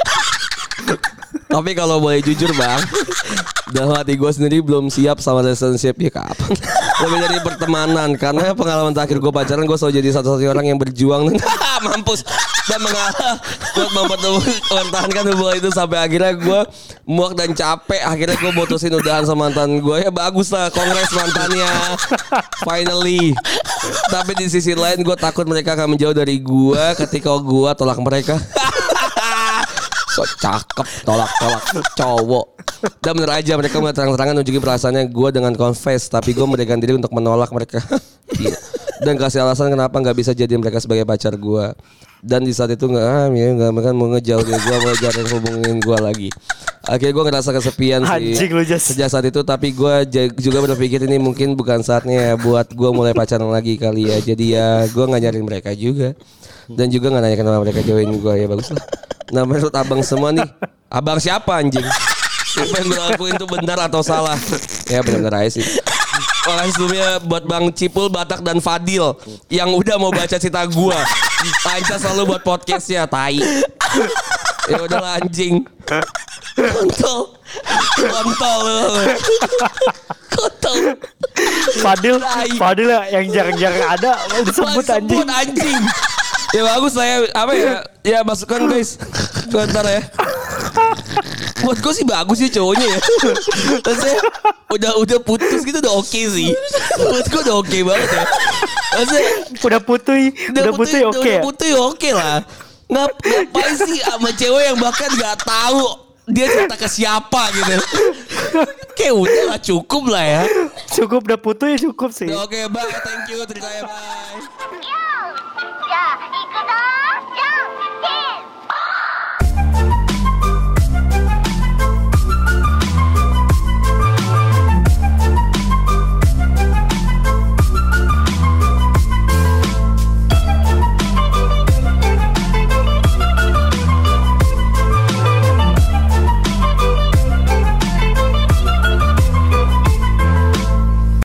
Tapi kalau boleh jujur bang, dalam hati gue sendiri belum siap sama relationship ya kapan. Lebih dari pertemanan. Karena pengalaman terakhir gue pacaran, gue selalu jadi satu-satunya orang yang berjuang dan mampus dan mengalah buat mempertahankan hubungan itu sampai akhirnya gue muak dan capek. Akhirnya gue mutusin udahan sama mantan gue. Ya bagus lah, kongres mantannya finally. Tapi di sisi lain gue takut mereka akan menjauh dari gue ketika gue tolak mereka. So cakep, tolak-tolak cowok. Dan bener aja mereka mulai terang-terangan nunjukin perasaannya gue dengan confess. Tapi gue memberikan diri untuk menolak mereka. Dan kasih alasan kenapa gak bisa jadi mereka sebagai pacar gue. Dan di saat itu gak, ah ya gak makan mau ngejauh dari gue, mau jarang hubungin gue lagi. Akhirnya gue ngerasa kesepian sih sejak saat itu. Tapi gue juga berpikir ini mungkin bukan saatnya buat gue mulai pacaran lagi kali ya. Jadi ya gue gak nyariin mereka juga. Dan juga gak nanya kenapa mereka jauhin gue. Ya bagus lah. Nah menurut abang semua nih, abang siapa anjing? Apa yang gue lakuin itu benar atau salah? Ya benar-benar aja sih. Makasih sebelumnya buat Bang Cipul, Batak dan Fadil yang udah mau baca cerita gue. Lancar selalu buat podcastnya, tai. Ya udahlah anjing. Kontol, kontol, kontol. Fadil, Fadil yang jarang-jarang ada disebut anjing. Disebut anjing. Ya bagus lah ya, apa ya? Ya masukkan guys. Bentar ya. Buat gue sih bagus sih cowoknya ya. Maksudnya udah udah putus gitu udah oke okay sih. Buat gue udah oke okay banget ya. Maksudnya udah putus, udah, udah putus oke. Okay udah putus oke okay lah. Ngap, ngapain sih sama cewek yang bahkan gak tahu dia cerita ke siapa gitu. Kayak udah lah cukup lah ya. Cukup udah putus ya cukup sih. Oke okay, bye, thank you ceritanya bye. Ya, 行くぞー